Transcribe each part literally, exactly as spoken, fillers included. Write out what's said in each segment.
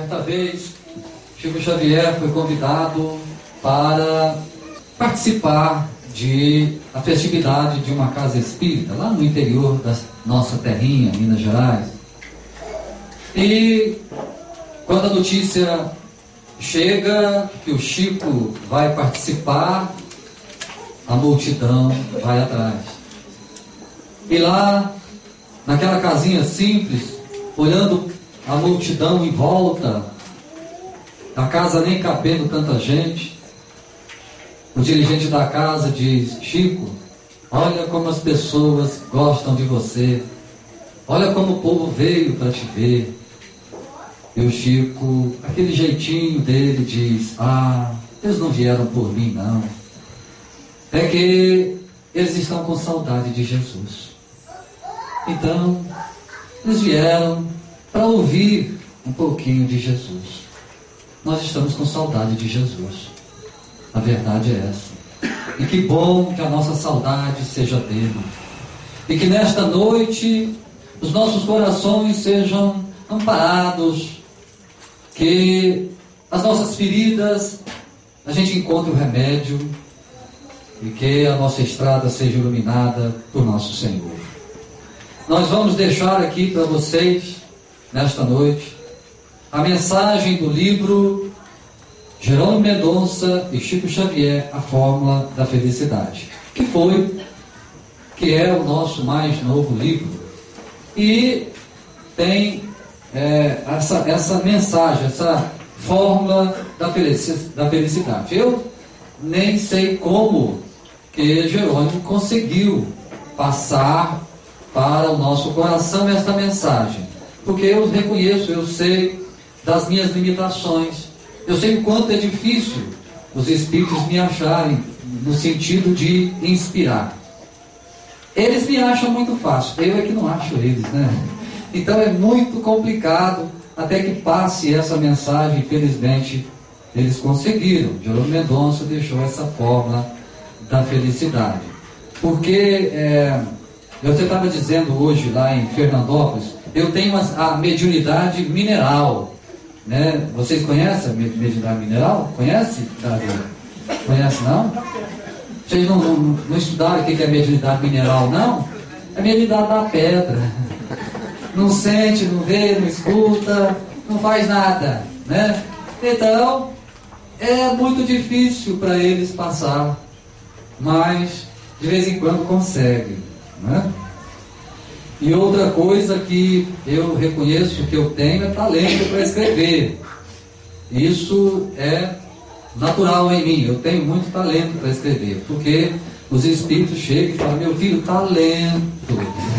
Certa vez, Chico Xavier foi convidado para participar de a festividade de uma casa espírita, lá no interior da nossa terrinha, Minas Gerais. E quando a notícia chega que o Chico vai participar, a multidão vai atrás. E lá, naquela casinha simples, olhando a multidão em volta, a casa nem cabendo tanta gente, o dirigente da casa diz: Chico, olha como as pessoas gostam de você, olha como o povo veio para te ver. E o Chico, aquele jeitinho dele, diz: ah, eles não vieram por mim não, é que eles estão com saudade de Jesus. Então eles vieram para ouvir um pouquinho de Jesus. Nós estamos com saudade de Jesus. A verdade é essa. E que bom que a nossa saudade seja dele. E que nesta noite os nossos corações sejam amparados, que as nossas feridas a gente encontre o remédio e que a nossa estrada seja iluminada por nosso Senhor. Nós vamos deixar aqui para vocês, nesta noite, a mensagem do livro Jerônimo Mendonça e Chico Xavier, A Fórmula da Felicidade, que foi, que é o nosso mais novo livro. E tem é, essa, essa mensagem, essa fórmula da felicidade. Eu nem sei como que Jerônimo conseguiu passar para o nosso coração esta mensagem, porque eu reconheço, eu sei das minhas limitações, eu sei o quanto é difícil os espíritos me acharem, no sentido de inspirar. Eles me acham muito fácil, eu é que não acho eles, né? Então é muito complicado até que passe essa mensagem. Infelizmente eles conseguiram. Jerônimo Mendonça deixou essa fórmula da felicidade, porque é, eu estava dizendo hoje lá em Fernandópolis, eu tenho a mediunidade mineral, né? Vocês conhecem a mediunidade mineral? Conhece, Davi? Conhece não? Vocês não, não, não estudaram o que é mediunidade mineral, não? É a mediunidade da pedra. Não sente, não vê, não escuta, não faz nada, né? Então é muito difícil para eles passar, mas de vez em quando conseguem, né? E outra coisa que eu reconheço que eu tenho é talento para escrever. Isso é natural em mim, eu tenho muito talento para escrever, porque os espíritos chegam e falam: meu filho, tá lento,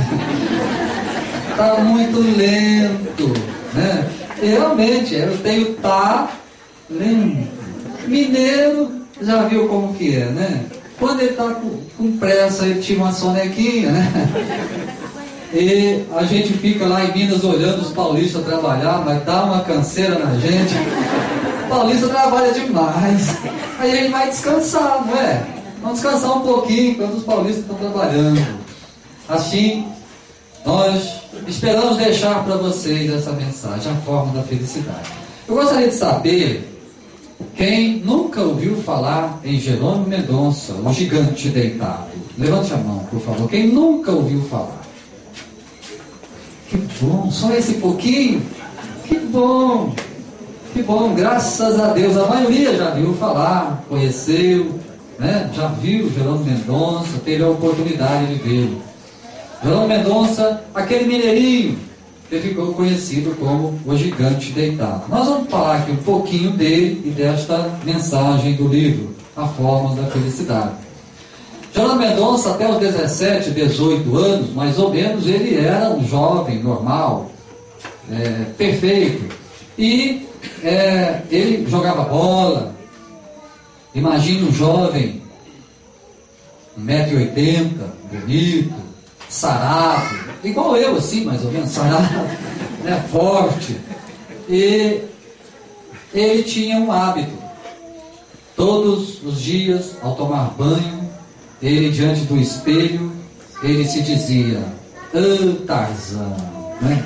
tá muito lento, né? E realmente, eu tenho tá lento. Mineiro já viu como que é, né? Quando ele está com, com pressa, ele tira uma sonequinha, né? E a gente fica lá em Minas olhando os paulistas trabalhar, mas dá uma canseira na gente. O paulista trabalha demais. Aí a gente vai descansar, não é? Vamos descansar um pouquinho enquanto os paulistas estão trabalhando. Assim, nós esperamos deixar para vocês essa mensagem, a fórmula da felicidade. Eu gostaria de saber quem nunca ouviu falar em Jerônimo Mendonça, o gigante deitado. Levante a mão, por favor. Quem nunca ouviu falar? Que bom, só esse pouquinho? Que bom, que bom, graças a Deus. A maioria já viu falar, conheceu, né? Já viu Jerônimo Mendonça, teve a oportunidade de vê-lo. Jerônimo Mendonça, aquele mineirinho que ficou conhecido como o gigante deitado. Nós vamos falar aqui um pouquinho dele e desta mensagem do livro, A Fórmula da Felicidade. Jerônimo Mendonça, até os dezessete, dezoito anos, mais ou menos, ele era um jovem normal, é, perfeito. E é, ele jogava bola. Imagine um jovem, um metro e oitenta, bonito, sarado, igual eu, assim, mais ou menos, sarado, né, forte. E ele tinha um hábito. Todos os dias, ao tomar banho, ele, diante do espelho, ele se dizia: "Ah, Tarzan", né?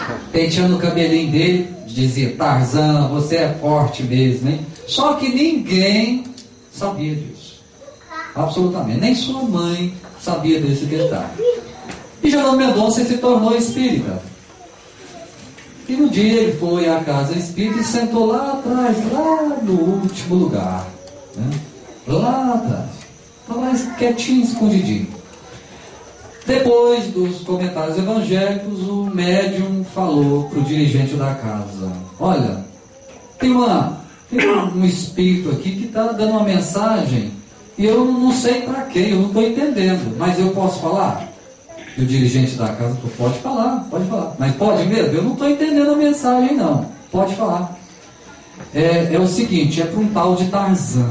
penteando o cabelinho dele, dizia: Tarzan, você é forte mesmo, hein? Só que ninguém sabia disso. Absolutamente. Nem sua mãe sabia desse detalhe. E Jerônimo Mendonça se tornou espírita. E no dia ele foi à casa espírita e sentou lá atrás, lá no último lugar, né? Lá atrás. Estava lá quietinho, escondidinho. Depois dos comentários evangélicos, o médium falou para o dirigente da casa: olha, tem, uma, tem um espírito aqui que está dando uma mensagem e eu não sei para quê, eu não estou entendendo, mas eu posso falar? E o dirigente da casa falou: pode falar, pode falar. Mas pode mesmo? Eu não estou entendendo a mensagem não. Pode falar. É, é o seguinte, é para um tal de Tarzan.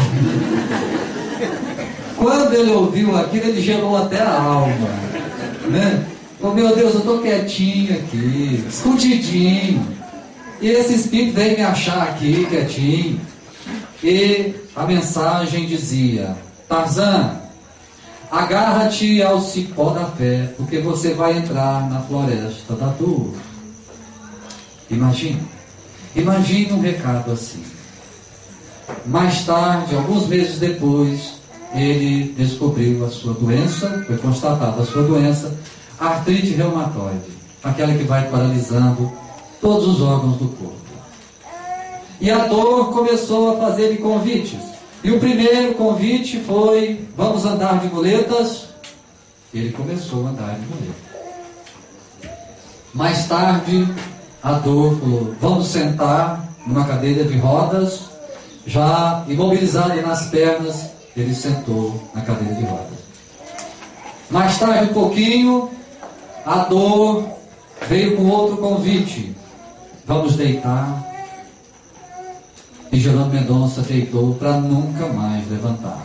Quando ele ouviu aquilo, ele gelou até a alma, né? Oh, meu Deus, eu estou quietinho aqui, escondidinho. E esse espírito veio me achar aqui, quietinho. E a mensagem dizia: Tarzan, agarra-te ao cipó da fé, porque você vai entrar na floresta da dor. Imagina, imagina um recado assim. Mais tarde, alguns meses depois, ele descobriu a sua doença, foi constatada a sua doença, artrite reumatoide, aquela que vai paralisando todos os órgãos do corpo. E a dor começou a fazer-lhe convites. E o primeiro convite foi: vamos andar de muletas. Ele começou a andar de muletas. Mais tarde, a dor falou: vamos sentar numa cadeira de rodas. Já imobilizado nas pernas, ele sentou na cadeira de rodas. Mais tarde, um pouquinho, a dor veio com outro convite: vamos deitar. E Jerônimo Mendonça deitou para nunca mais levantar.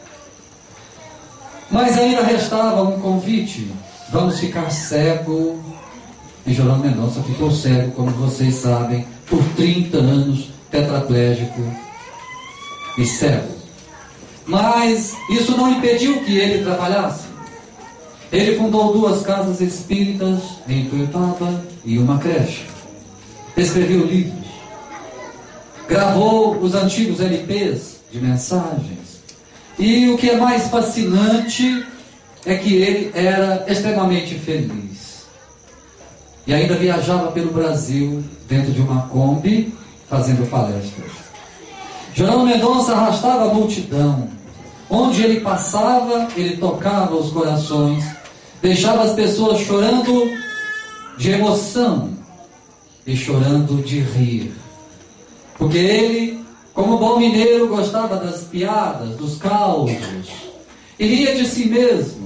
Mas ainda restava um convite: vamos ficar cego. E Jerônimo Mendonça ficou cego, como vocês sabem, por trinta anos, tetraplégico e cego. Mas isso não impediu que ele trabalhasse. Ele fundou duas casas espíritas em Tuiutaba e uma creche. Escreveu livros. Gravou os antigos L Pês de mensagens. E o que é mais fascinante é que ele era extremamente feliz. E ainda viajava pelo Brasil dentro de uma Kombi, fazendo palestras. Jerônimo Mendonça arrastava a multidão. Onde ele passava, ele tocava os corações, deixava as pessoas chorando de emoção e chorando de rir. Porque ele, como bom mineiro, gostava das piadas, dos causos, e ria de si mesmo.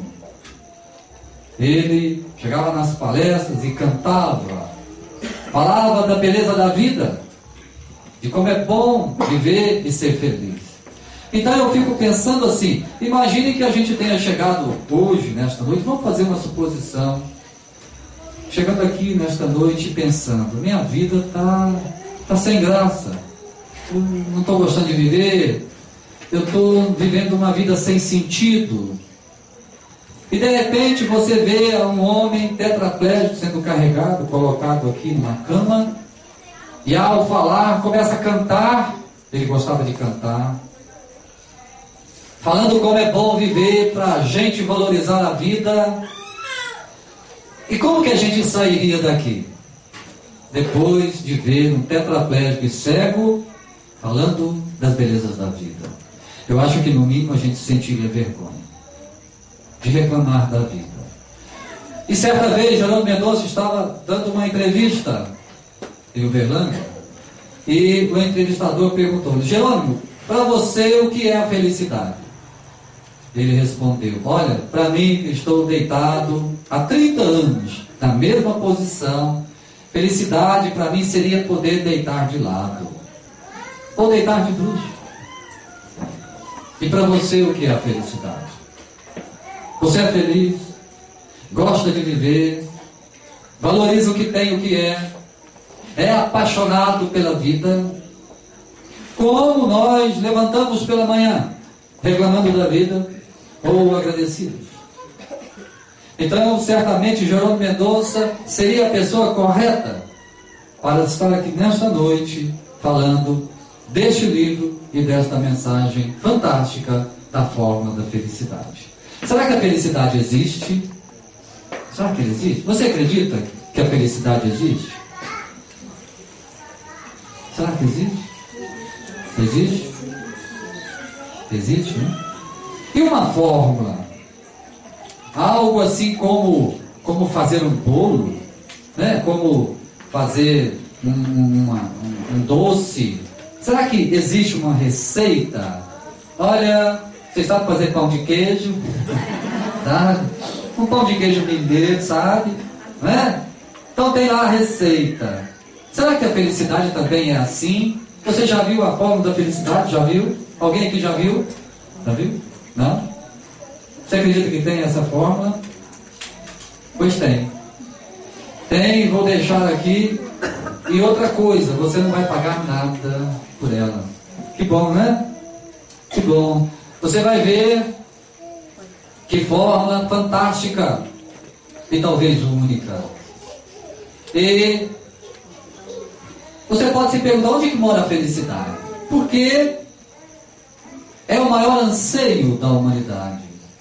Ele chegava nas palestras e cantava, falava da beleza da vida, de como é bom viver e ser feliz. Então eu fico pensando assim: imagine que a gente tenha chegado hoje, nesta noite, vamos fazer uma suposição, chegando aqui nesta noite pensando: minha vida está tá sem graça, eu não estou gostando de viver, eu estou vivendo uma vida sem sentido. E de repente você vê um homem tetraplégico sendo carregado, colocado aqui numa cama, e ao falar começa a cantar. Ele gostava de cantar, falando como é bom viver, para a gente valorizar a vida. E como que a gente sairia daqui depois de ver um tetraplégico e cego falando das belezas da vida? Eu acho que no mínimo a gente sentiria vergonha de reclamar da vida. E certa vez Jerônimo Mendonça estava dando uma entrevista em Uberlândia, e o entrevistador perguntou: Jerônimo, para você o que é a felicidade? Ele respondeu: olha, para mim, que estou deitado há trinta anos na mesma posição, felicidade para mim seria poder deitar de lado ou deitar de bruxo. E para você o que é a felicidade? Você é feliz? Gosta de viver? Valoriza o que tem, o que é? É apaixonado pela vida? Como nós levantamos pela manhã reclamando da vida ou agradecidos? Então, certamente, Jerônimo Mendonça seria a pessoa correta para estar aqui nesta noite falando deste livro e desta mensagem fantástica da fórmula da felicidade. Será que a felicidade existe? Será que ela existe? Você acredita que a felicidade existe? Será que existe? Existe? Existe, né? E uma fórmula? Algo assim como, como fazer um bolo, né? Como fazer um, uma, um, um doce. Será que existe uma receita? Olha, vocês sabem fazer pão de queijo? Sabe? Um pão de queijo mineiro, sabe? Né? Então tem lá a receita. Será que a felicidade também é assim? Você já viu a fórmula da felicidade? Já viu? Alguém aqui já viu? Já viu? Não? Você acredita que tem essa fórmula? Pois tem. Tem, vou deixar aqui. E outra coisa, você não vai pagar nada por ela. Que bom, né? Que bom. Você vai ver que fórmula fantástica e talvez única. E você pode se perguntar onde que mora a felicidade? Porque é o maior anseio da humanidade.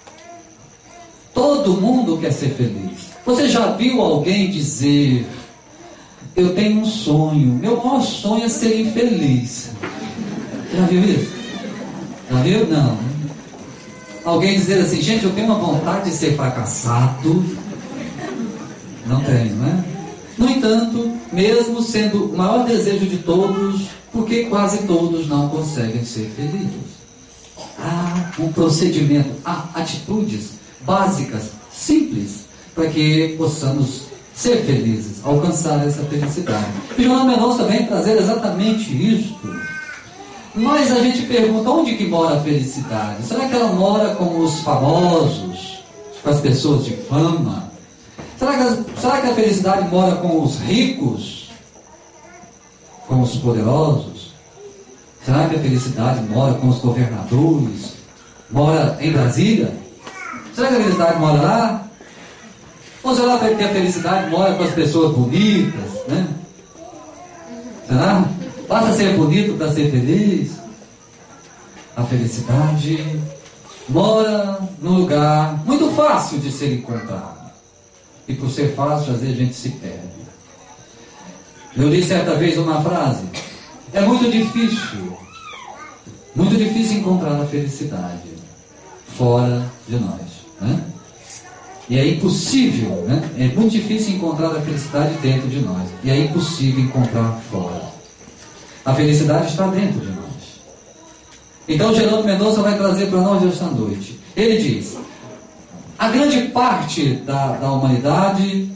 Todo mundo quer ser feliz. Você já viu alguém dizer: eu tenho um sonho, meu maior sonho é ser infeliz? Já viu isso? Já viu? Não. Alguém dizer assim: gente, eu tenho uma vontade de ser fracassado? Não tenho, né? No entanto, mesmo sendo o maior desejo de todos, porque quase todos não conseguem ser felizes? Há um procedimento, há atitudes básicas, simples, para que possamos ser felizes, alcançar essa felicidade. E Jerônimo Mendonça vem trazer exatamente isto. Mas a gente pergunta: onde que mora a felicidade? Será que ela mora com os famosos, com as pessoas de fama? Será que a, será que a felicidade mora com os ricos? Com os poderosos? Será que a felicidade mora com os governadores? Mora em Brasília? Será que a felicidade mora lá? Ou será que a felicidade mora com as pessoas bonitas, né? Será? Basta ser bonito para ser feliz? A felicidade mora num lugar muito fácil de ser encontrado. E por ser fácil, às vezes a gente se perde. Eu li certa vez uma frase: é muito difícil, muito difícil encontrar a felicidade fora de nós, né? E é impossível, né? É muito difícil encontrar a felicidade dentro de nós. E é impossível encontrar fora. A felicidade está dentro de nós. Então Jerônimo Mendonça vai trazer para nós esta noite. Ele diz: a grande parte da, da humanidade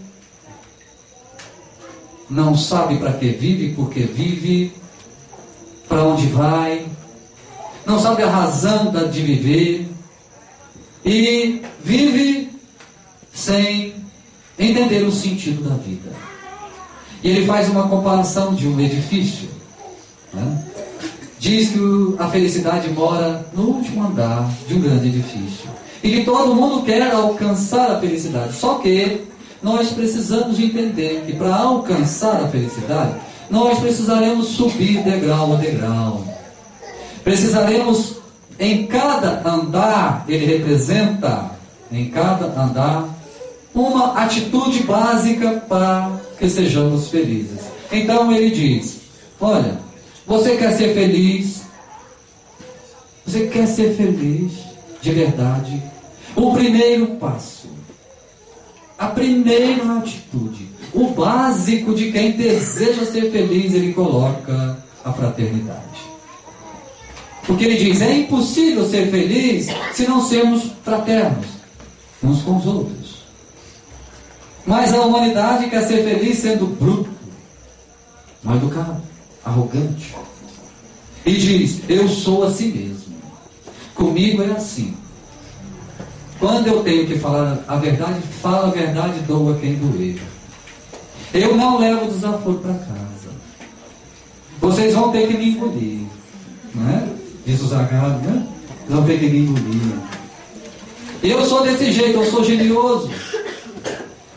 não sabe para que vive, porque vive, para onde vai, não sabe a razão da, de viver, e vive sem entender o sentido da vida. E ele faz uma comparação de um edifício, né? Diz que a felicidade mora no último andar de um grande edifício, e que todo mundo quer alcançar a felicidade. Só que nós precisamos entender que para alcançar a felicidade, nós precisaremos subir degrau a degrau. Precisaremos, em cada andar, ele representa, em cada andar, uma atitude básica para que sejamos felizes. Então ele diz: olha, você quer ser feliz? Você quer ser feliz de verdade? O primeiro passo, a primeira atitude, o básico de quem deseja ser feliz, ele coloca a fraternidade. Porque ele diz: é impossível ser feliz se não sermos fraternos uns com os outros. Mas a humanidade quer ser feliz sendo bruto, mal educado, arrogante. E diz: eu sou assim mesmo. Comigo é assim. Quando eu tenho que falar a verdade, falo a verdade, dou a quem doer. Eu não levo desaforo para casa. Vocês vão ter que me engolir, não é? Diz o Zagallo, né? Vão ter que me engolir. Eu sou desse jeito, eu sou genioso.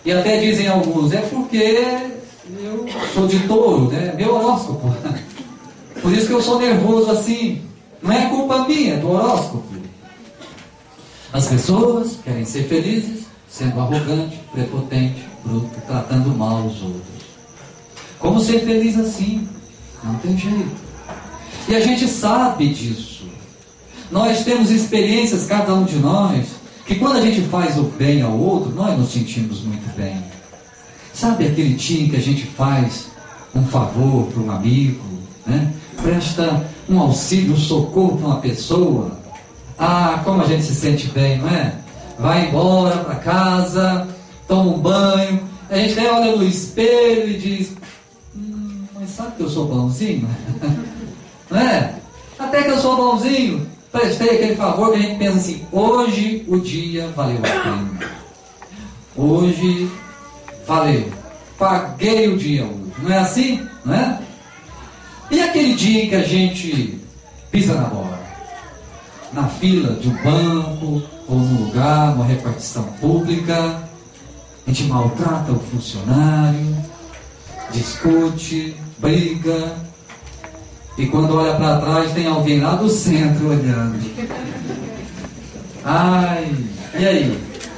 E até dizem alguns, é porque eu sou de touro, né? Meu horóscopo. Por isso que eu sou nervoso assim. Não é culpa minha, é do horóscopo. As pessoas querem ser felizes, sendo arrogante, prepotente, bruto, tratando mal os outros. Como ser feliz assim? Não tem jeito. E a gente sabe disso. Nós temos experiências, cada um de nós, que quando a gente faz o bem ao outro, nós nos sentimos muito bem. Sabe aquele dia que a gente faz um favor para um amigo, né? Presta um auxílio, um socorro para uma pessoa. Ah, como a gente se sente bem, não é? Vai embora para casa, toma um banho, a gente até olha no espelho e diz, hum, mas sabe que eu sou bonzinho? Não é? Até que eu sou bonzinho, prestei aquele favor que a gente pensa assim, hoje o dia valeu a pena. Hoje valeu. Paguei o dia hoje. Não é assim? Não é? E aquele dia em que a gente pisa na bola? Na fila de um banco, ou num lugar, numa repartição pública, a gente maltrata o funcionário, discute, briga, e quando olha para trás tem alguém lá do centro olhando. Ai, e aí?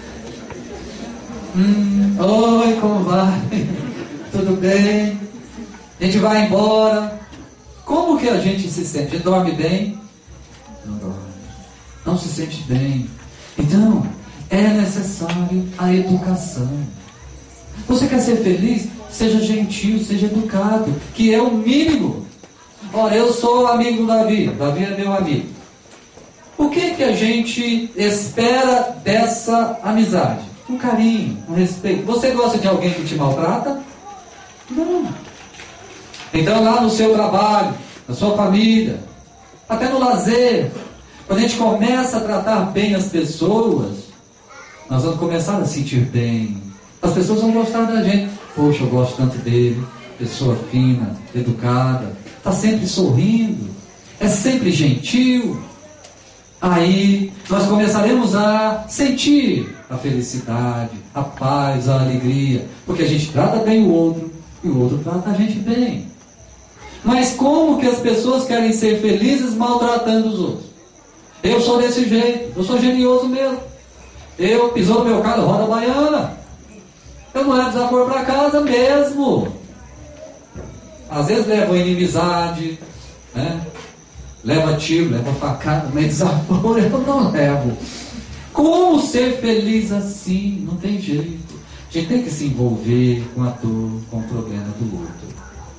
Hum, oi, como vai? Tudo bem? A gente vai embora. Como que a gente se sente? A gente dorme bem? Não dorme. Não se sente bem. Então, é necessário a educação. Você quer ser feliz? Seja gentil, seja educado, que é o mínimo. Ora, eu sou amigo do Davi, Davi é meu amigo. O que que a gente espera dessa amizade? Um carinho, um respeito. Você gosta de alguém que te maltrata? Não. Então lá no seu trabalho, na sua família, até no lazer, quando a gente começa a tratar bem as pessoas, nós vamos começar a sentir bem. As pessoas vão gostar da gente. Poxa, eu gosto tanto dele. Pessoa fina, educada, está sempre sorrindo, é sempre gentil. Aí nós começaremos a sentir a felicidade, a paz, a alegria, porque a gente trata bem o outro e o outro trata a gente bem. Mas como que as pessoas querem ser felizes maltratando os outros? Eu sou desse jeito, eu sou genioso mesmo. Eu pisou no meu carro, roda baiana. Eu não levo desaforo para casa mesmo. Às vezes leva inimizade, né? Leva tiro, leva facada, mas desaforo eu não levo. Como ser feliz assim? Não tem jeito. A gente tem que se envolver com a dor, com o problema do outro.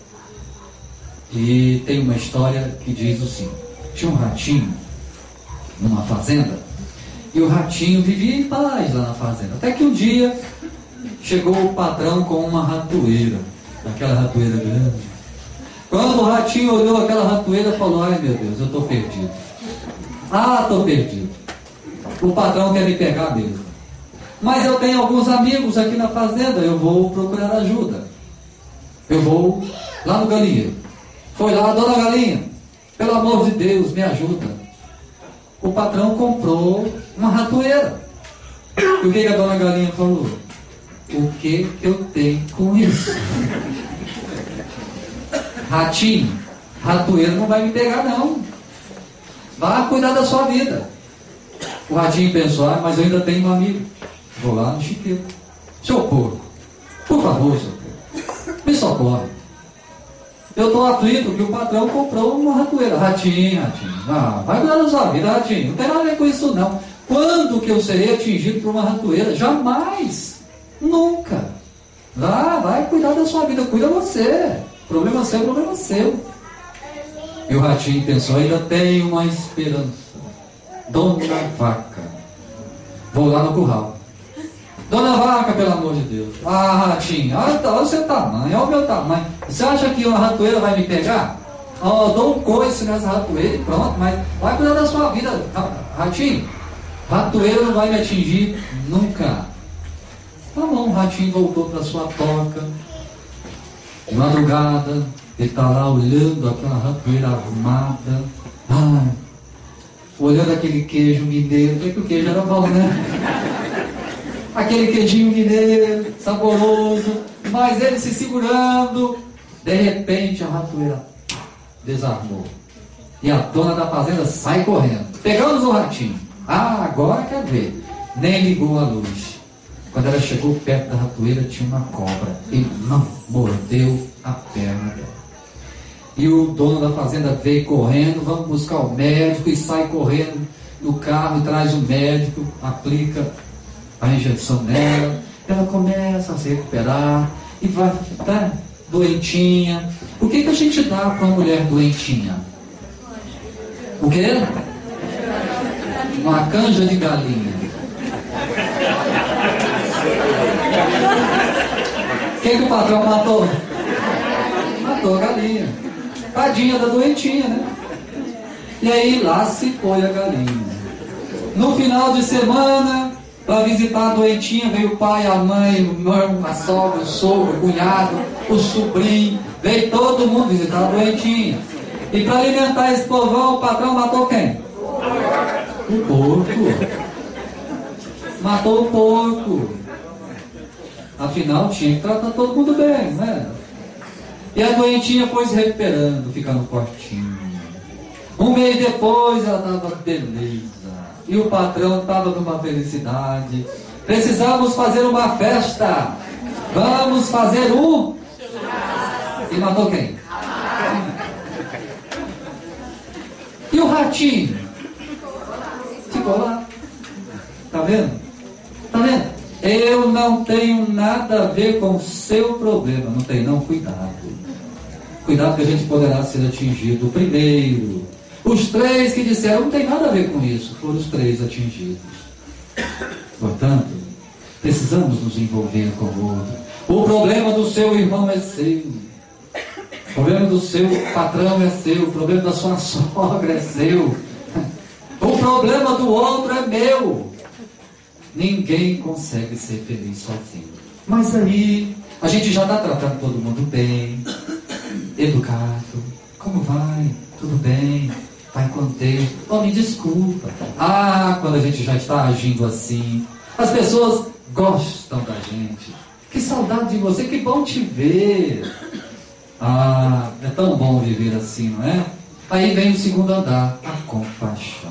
E tem uma história que diz assim: tinha um ratinho numa fazenda, e o ratinho vivia em paz lá na fazenda. Até que um dia chegou o patrão com uma ratoeira, aquela ratoeira grande. Quando o ratinho olhou aquela ratoeira, falou: ai meu Deus, eu estou perdido. Ah, estou perdido. O patrão quer me pegar mesmo. Mas eu tenho alguns amigos aqui na fazenda, eu vou procurar ajuda. Eu vou lá no galinheiro. Foi lá, dona Galinha, pelo amor de Deus, me ajuda. O patrão comprou uma ratoeira. E o que a dona Galinha falou? O que eu tenho com isso? Ratinho, ratoeiro não vai me pegar não. Vá cuidar da sua vida. O ratinho pensou: ah, mas eu ainda tenho um amigo. Vou lá no chiqueiro. Seu porco, por favor, seu porco, me socorre. Eu estou aflito que o patrão comprou uma ratoeira. Ratinho, ratinho, ah, vai cuidar da sua vida, ratinho. Não tem nada a ver com isso não. Quando que eu serei atingido por uma ratoeira? Jamais. Nunca. Vá, vai cuidar da sua vida. Cuida você. Problema seu, problema seu. E o ratinho pensou: ainda tem uma esperança. Dona Vaca. Vou lá no curral. Dona Vaca, pelo amor de Deus. Ah, ratinho, olha, olha o seu tamanho, olha o meu tamanho. Você acha que uma ratoeira vai me pegar? Ó, oh, dou um coice nessa ratoeira e pronto, mas vai cuidar da sua vida, ratinho. Ratoeira não vai me atingir nunca. Tá bom, o ratinho voltou para sua toca. De madrugada, ele está lá olhando aquela ratoeira armada. Ai, olhando aquele queijo mineiro, porque o queijo era bom, né? aquele queijinho mineiro, saboroso, mas ele se segurando. De repente a ratoeira desarmou. E a dona da fazenda sai correndo. Pegamos o ratinho. Ah, agora quer ver. Nem ligou a luz. Quando ela chegou perto da ratoeira, tinha uma cobra. E não mordeu a perna dela. E o dono da fazenda veio correndo, vamos buscar o médico, e sai correndo no carro e traz o médico, aplica a injeção nela. Ela começa a se recuperar e vai ficar doentinha. O que, que a gente dá para uma mulher doentinha? O quê? Uma canja de galinha. Quem que o patrão matou? Matou a galinha. Tadinha da doentinha, né? E aí lá se foi a galinha. No final de semana, para visitar a doentinha, veio o pai, a mãe, o irmão, a sogra, o sogro, o cunhado, o sobrinho. Veio todo mundo visitar a doentinha. E para alimentar esse povão, o patrão matou quem? O porco. Matou o porco. Afinal, tinha que tratar todo mundo bem, né? E a doentinha foi se recuperando, ficando fortinha. Um mês depois, ela estava beleza. E o patrão estava numa felicidade. Precisamos fazer uma festa. Vamos fazer um... E matou quem? E o ratinho? Ficou lá. Tá vendo? Tá vendo? Eu não tenho nada a ver com o seu problema. Não tem, não. Cuidado. Cuidado que a gente poderá ser atingido primeiro. Os três que disseram, não tem nada a ver com isso, foram os três atingidos. Portanto, precisamos nos envolver com o outro. O problema do seu irmão é seu. O problema do seu patrão é seu. O problema da sua sogra é seu. O problema do outro é meu. Ninguém consegue ser feliz sozinho. Mas aí, a gente já está tratando todo mundo bem, educado. Como vai? Tudo bem? Vai com Deus. Oh, me desculpa. Ah, quando a gente já está agindo assim, as pessoas gostam da gente. Que saudade de você, que bom te ver. Ah, é tão bom viver assim, não é? Aí vem o segundo andar, a compaixão.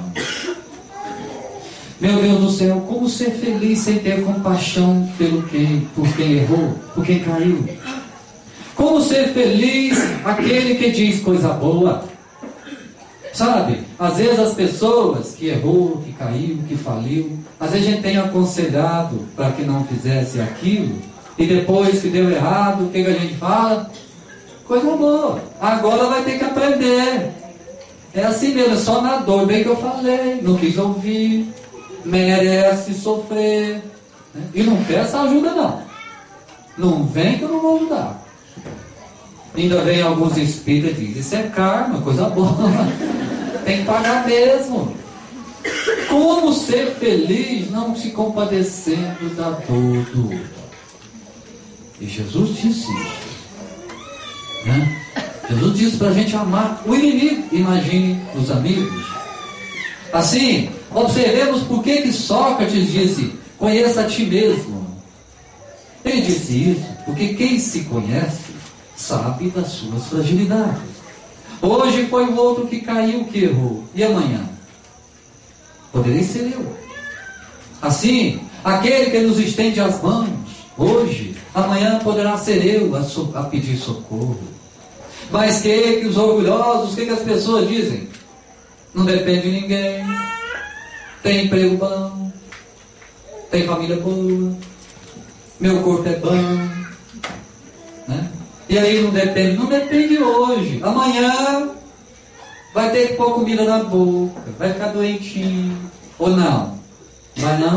Meu Deus do céu, como ser feliz sem ter compaixão pelo quem, por quem errou, por quem caiu? Como ser feliz aquele que diz coisa boa? Sabe, às vezes as pessoas que errou, que caiu, que faliu, às vezes a gente tem aconselhado para que não fizesse aquilo, e depois que deu errado, o que, que a gente fala? Coisa boa, agora vai ter que aprender. É assim mesmo, é só na dor, bem que eu falei, não quis ouvir, merece sofrer, né? E não peça ajuda não. Não vem que eu não vou ajudar. Ainda vem alguns espíritos e dizem, isso é karma, coisa boa. Tem que pagar mesmo. Como ser feliz não se compadecendo da dor do outro? E Jesus disse isso, né? Jesus disse para a gente amar o inimigo. Imagine os amigos. Assim, observemos por que que Sócrates disse, conheça a ti mesmo. Ele disse isso porque quem se conhece sabe das suas fragilidades. Hoje foi o outro que caiu, que errou. E amanhã? Poderei ser eu. Assim, aquele que nos estende as mãos, hoje, amanhã poderá ser eu a, so, a pedir socorro. Mas que, que os orgulhosos, o que, que as pessoas dizem? Não depende de ninguém. Tem emprego bom. Tem família boa. Meu corpo é bom. Né? E aí não depende, não depende hoje. Amanhã vai ter que pôr comida na boca, vai ficar doentinho. Ou não? Vai não?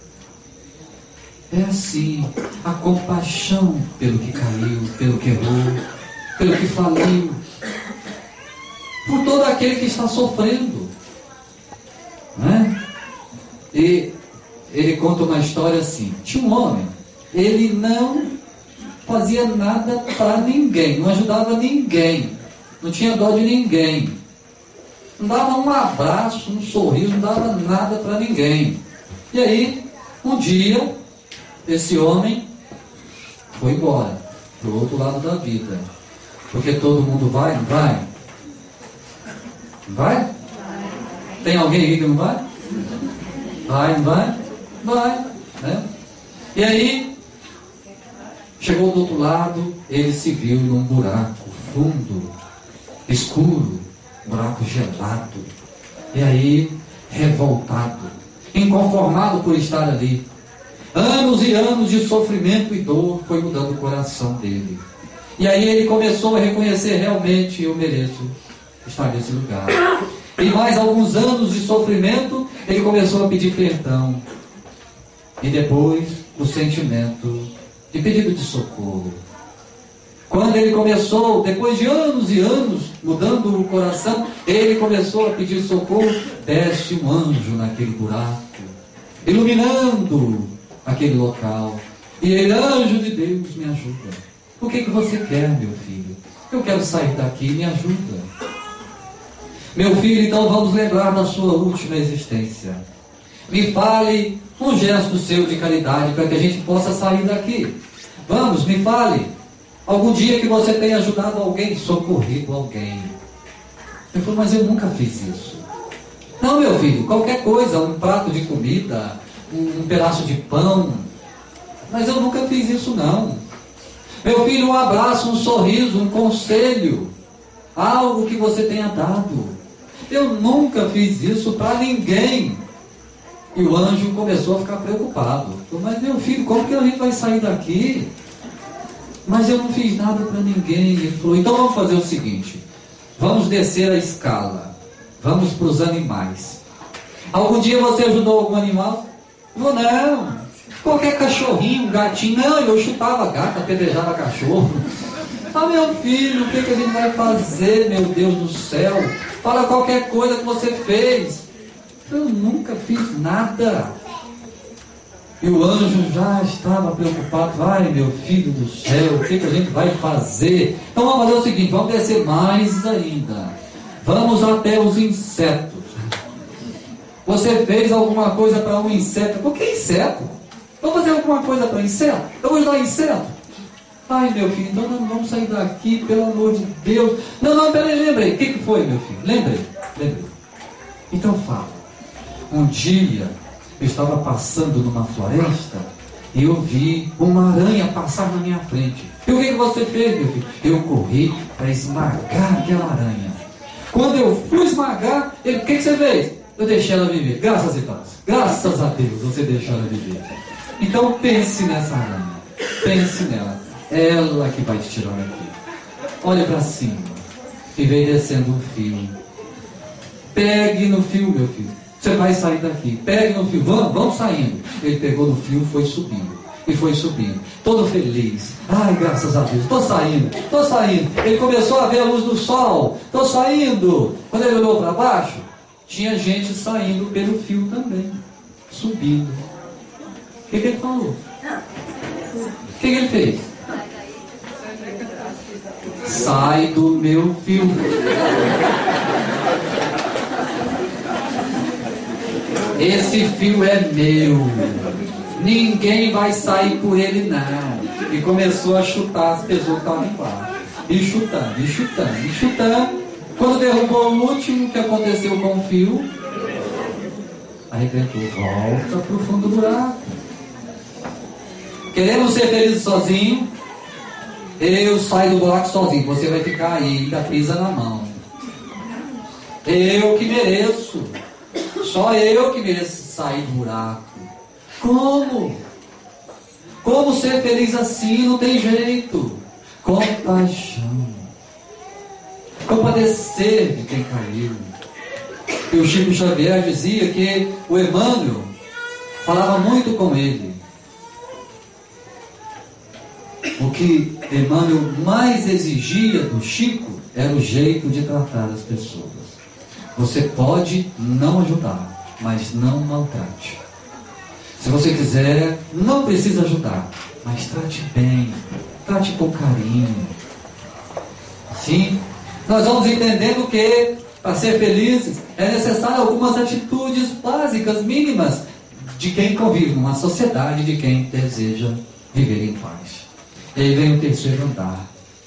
É assim, a compaixão pelo que caiu, pelo que errou, pelo que faliu, por todo aquele que está sofrendo. Né? E ele conta uma história assim, tinha um homem, ele não fazia nada para ninguém, não ajudava ninguém, não tinha dó de ninguém, não dava um abraço, um sorriso, não dava nada para ninguém. E aí, um dia, esse homem foi embora para o outro lado da vida. Porque todo mundo vai, não vai? Vai? Tem alguém aí que não vai? Vai, não vai? Vai, né? E aí, chegou do outro lado, ele se viu num buraco fundo, escuro, buraco gelado. E aí, revoltado, inconformado por estar ali. Anos e anos de sofrimento e dor foi mudando o coração dele. E aí ele começou a reconhecer, realmente eu mereço estar nesse lugar. E mais alguns anos de sofrimento, ele começou a pedir perdão. E depois, o sentimento de pedido de socorro. Quando ele começou, depois de anos e anos, mudando o coração, ele começou a pedir socorro. Desce um anjo naquele buraco, iluminando aquele local. E ele, anjo de Deus, me ajuda. O que, que você quer, meu filho? Eu quero sair daqui, me ajuda. Meu filho, então vamos lembrar da sua última existência. Me fale um gesto seu de caridade para que a gente possa sair daqui. Vamos, me fale. Algum dia que você tenha ajudado alguém, socorrido alguém. Ele falou, mas eu nunca fiz isso. Não, meu filho, qualquer coisa, um prato de comida, um, um pedaço de pão. Mas eu nunca fiz isso não. Meu filho, um abraço, um sorriso, um conselho. Algo que você tenha dado. Eu nunca fiz isso para ninguém. E o anjo começou a ficar preocupado. Falou, mas meu filho, como que a gente vai sair daqui? Mas eu não fiz nada para ninguém. Ele falou, então vamos fazer o seguinte. Vamos descer a escala. Vamos para os animais. Algum dia você ajudou algum animal? Eu falei, não. Qualquer cachorrinho, um gatinho. Não, eu chutava gato, apedrejava cachorro. Ah, meu filho, o que, que a gente vai fazer, meu Deus do céu? Fala qualquer coisa que você fez. Eu nunca fiz nada. E o anjo já estava preocupado. Ai, meu filho do céu, o que, que a gente vai fazer? Então vamos fazer o seguinte, vamos descer mais ainda. Vamos até os insetos. Você fez alguma coisa para um inseto? Por que inseto? Vamos fazer alguma coisa para inseto? Eu vou ajudar inseto. Ai, meu filho, então não vamos sair daqui, pelo amor de Deus. Não, não, peraí, lembrei. O que, que foi, meu filho? Lembrei, lembrei. Então fala. Um dia, eu estava passando numa floresta e eu vi uma aranha passar na minha frente. E o que, que você fez, meu filho? Eu corri para esmagar aquela aranha. Quando eu fui esmagar, ele, o que, que você fez? Eu deixei ela viver. Graças a Deus. Graças a Deus, você deixou ela viver. Então pense nessa aranha. Pense nela. Ela que vai te tirar daqui. Olha para cima e vem descendo um fio. Pegue no fio, meu filho. Você vai sair daqui. Pegue no fio. Vamos, vamos saindo. Ele pegou no fio e foi subindo. E foi subindo. Todo feliz. Ai, graças a Deus. Estou saindo. Estou saindo. Ele começou a ver a luz do sol. Estou saindo. Quando ele olhou para baixo, tinha gente saindo pelo fio também. Subindo. O que, que ele falou? O que, que ele fez? Sai do meu fio. Esse fio é meu. Ninguém vai sair por ele não. E começou a chutar as pessoas que estavam embaixo. E chutando, e chutando, e chutando. Quando derrubou o último, o que aconteceu com o fio? Arrebentou. Volta para o fundo do buraco. Queremos ser felizes sozinho? Eu saio do buraco sozinho. Você vai ficar aí, ainda pisa na mão. Eu que mereço. Só eu que mereço sair do buraco. Como? Como ser feliz assim? Não tem jeito. Compaixão. Compadecer de quem caiu. E o Chico Xavier dizia que o Emmanuel falava muito com ele. O que Emmanuel mais exigia do Chico era o jeito de tratar as pessoas. Você pode não ajudar, mas não maltrate. Se você quiser, não precisa ajudar, mas trate bem, trate com carinho. Assim, nós vamos entendendo que, para ser felizes, é necessário algumas atitudes básicas, mínimas, de quem convive numa sociedade, de quem deseja viver em paz. E aí vem o terceiro andar.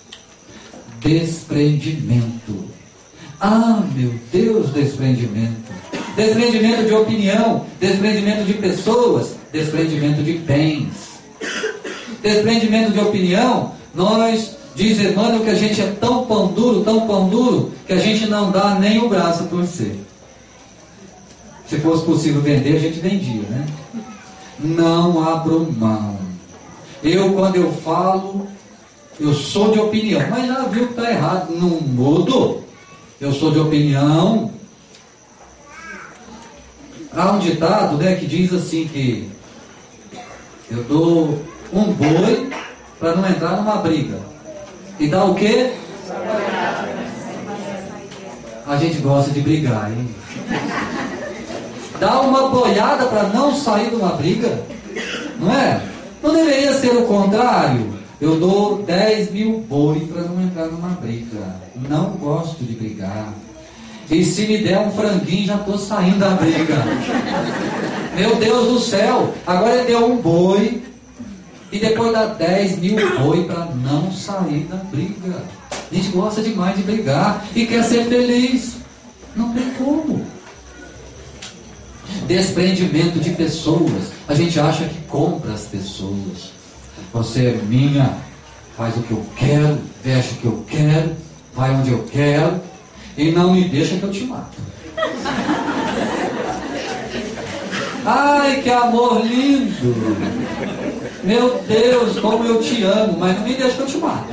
Desprendimento. Ah, meu Deus, desprendimento. Desprendimento de opinião, desprendimento de pessoas, desprendimento de bens. Desprendimento de opinião, nós, diz Emmanuel, que a gente é tão pão duro, tão pão duro, que a gente não dá nem o braço a torcer. Se fosse possível vender, a gente vendia, né? Não abro mão. Eu, quando eu falo, eu sou de opinião, mas já viu que está errado, não mudo. Eu sou de opinião. Há um ditado, né, que diz assim que eu dou um boi para não entrar numa briga. E dá o quê? A gente gosta de brigar, hein? Dá uma boiada para não sair de uma briga, não é? Não deveria ser o contrário? Eu dou dez mil boi para não entrar numa briga. Não gosto de brigar. E se me der um franguinho, já estou saindo da briga. Meu Deus do céu! Agora ele deu um boi e depois dá dez mil boi para não sair da briga. A gente gosta demais de brigar e quer ser feliz. Não tem como. Desprendimento de pessoas. A gente acha que compra as pessoas. Você é minha, faz o que eu quero, veste o que eu quero, vai onde eu quero e não me deixa que eu te mato. Ai, que amor lindo! Meu Deus, como eu te amo, mas não me deixa que eu te mato.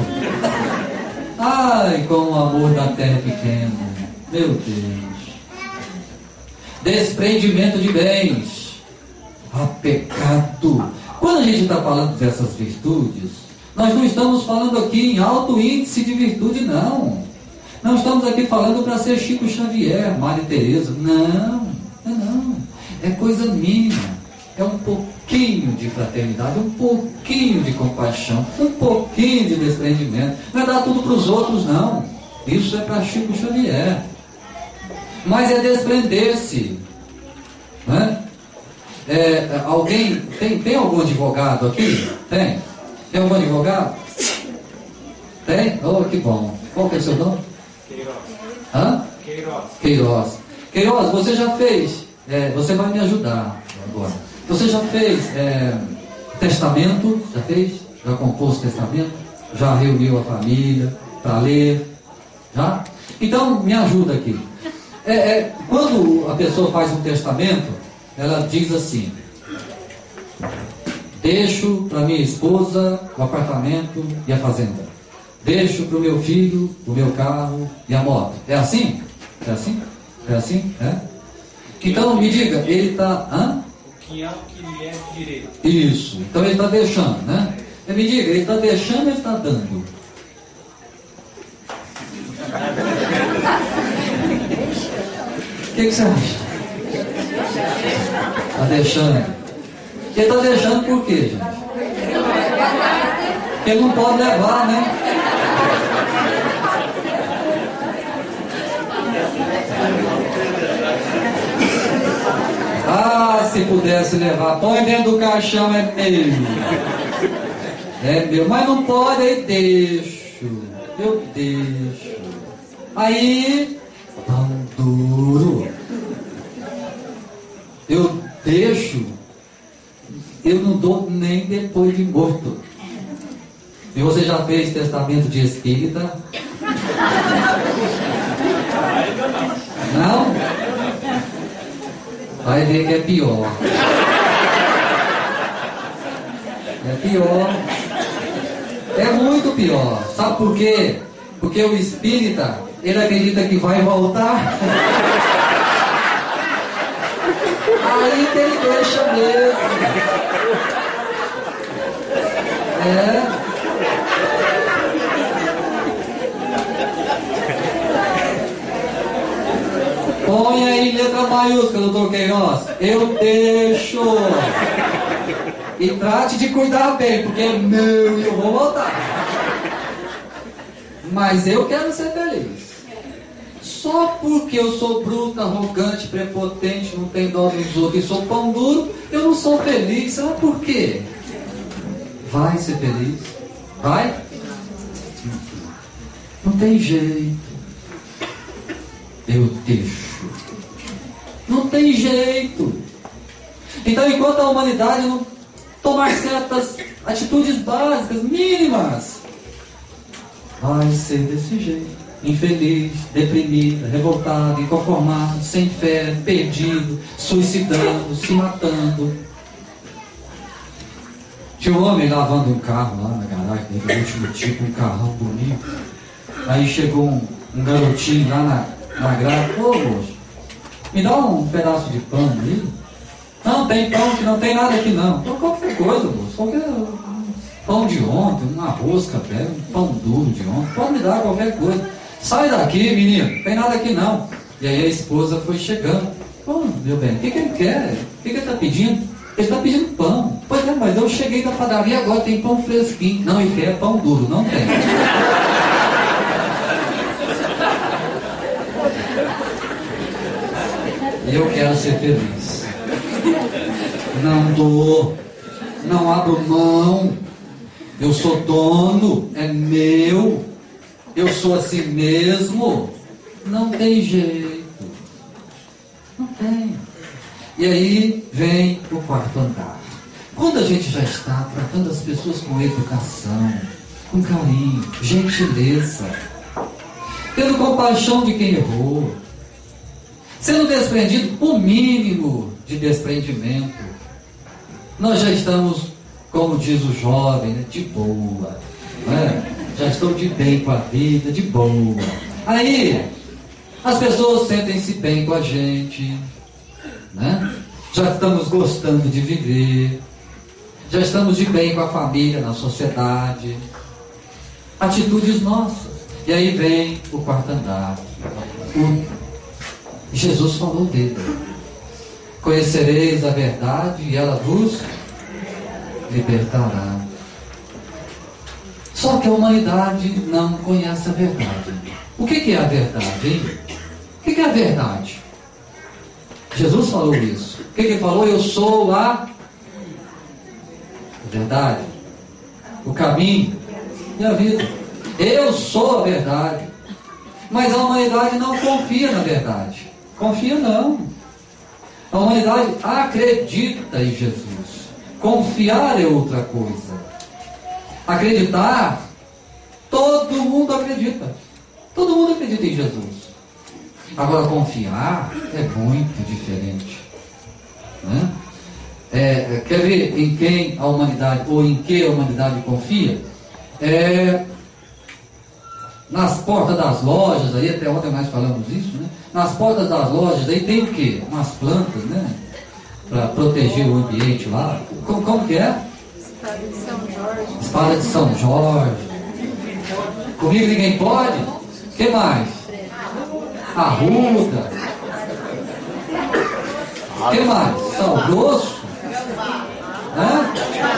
Ai, como o amor da terra é pequeno. Meu Deus. Desprendimento de bens. Ah, pecado. Quando a gente está falando dessas virtudes, nós não estamos falando aqui em alto índice de virtude, não. Não estamos aqui falando para ser Chico Xavier, Maria Teresa. Não, não, não. É coisa mínima. É um pouquinho de fraternidade, um pouquinho de compaixão, um pouquinho de desprendimento. Não é dar tudo para os outros, não. Isso é para Chico Xavier. Mas é desprender-se. Né? É, alguém, tem, tem algum advogado aqui? Tem? Tem algum advogado? Tem? Oh, que bom. Qual que é o seu nome? Queiroz. Hã? Queiroz. Queiroz. Queiroz, você já fez, é, você vai me ajudar agora. Você já fez é, testamento? Já fez? Já compôs testamento? Já reuniu a família para ler? Já? Então, me ajuda aqui. É, é, quando a pessoa faz um testamento, ela diz assim: deixo para minha esposa o apartamento e a fazenda, deixo para o meu filho o meu carro e a moto. É assim? É assim? É assim? É? Então me diga, ele está... O que é o que lhe é direito. Isso, então ele está deixando, né? Me diga, ele está deixando ou ele está dando? O que, que você acha? Está deixando. Ele está deixando por quê, gente? Porque ele não pode levar, né? Ah, se pudesse levar, põe dentro do caixão, é meu. É meu, mas não pode, aí deixo. Eu deixo. Aí, pão duro. Eu deixo, eu não dou nem depois de morto. E você já fez testamento de espírita? Não? Vai ver que é pior. É pior. É muito pior. Sabe por quê? Porque o espírita, ele acredita que vai voltar. Aí que ele deixa mesmo. É. Põe aí letra maiúscula, doutor Queiroz. Eu deixo. E trate de cuidar bem, porque é meu e eu vou voltar. Mas eu quero ser feliz. só porque eu sou bruto, arrogante, prepotente, não tenho dó dos outros e sou pão duro, eu não sou feliz. Sabe por quê? Vai ser feliz? Vai? Não tem jeito. Eu deixo. Não tem jeito. Então, enquanto a humanidade não tomar certas atitudes básicas, mínimas, vai ser desse jeito. Infeliz, deprimida, revoltado, inconformado, sem fé, perdido, suicidando, se matando. Tinha um homem lavando um carro lá na garagem, do último tipo, um carrão bonito. Aí chegou um, um garotinho lá na, na grade. Ô, moço, me dá um pedaço de pão aí. Não, tem pão, que não tem nada aqui não. Então qualquer coisa, moço, qualquer pão de ontem, uma rosca velha, um pão duro de ontem, pode me dar qualquer coisa. Sai daqui, menino, não tem nada aqui não. E aí a esposa foi chegando. Pô, meu bem, o que, que ele quer? O que, que ele está pedindo? Ele está pedindo pão. Pois é, mas eu cheguei da padaria agora, tem pão fresquinho. Não, ele quer pão duro, não tem. Eu quero ser feliz. Não dou, não abro mão. Eu sou dono, é meu. Eu sou assim mesmo. Não tem jeito. Não tem. E aí vem o quarto andar. Quando a gente já está tratando as pessoas com educação, com carinho, gentileza, tendo compaixão de quem errou, sendo desprendido o mínimo de desprendimento, nós já estamos, como diz o jovem, né, de boa, né? Já estou de bem com a vida, de boa. Aí as pessoas sentem-se bem com a gente, né? Já estamos gostando de viver, já estamos de bem com a família, na sociedade, atitudes nossas. E aí vem o quarto andar. O Jesus falou dele: conhecereis a verdade e ela vos libertará. Só que a humanidade não conhece a verdade. O que, que é a verdade, hein? O que, que é a verdade? Jesus falou isso. O que, que ele falou? Eu sou a verdade, o caminho e a vida. Eu sou a verdade. Mas a humanidade não confia na verdade. Confia não. A humanidade acredita em Jesus. Confiar é outra coisa. Acreditar, todo mundo acredita. Todo mundo acredita em Jesus. Agora, confiar é muito diferente, né? É, quer ver em quem a humanidade, ou em que a humanidade confia? É, nas portas das lojas, aí até ontem nós falamos isso, né? Nas portas das lojas, aí tem o quê? Umas plantas, né? Para proteger o ambiente lá. Como, como que é? Espada de São Jorge. Espada de São Jorge. Comigo ninguém pode? O que mais? Arruda. O que mais? Sal grosso. Hã?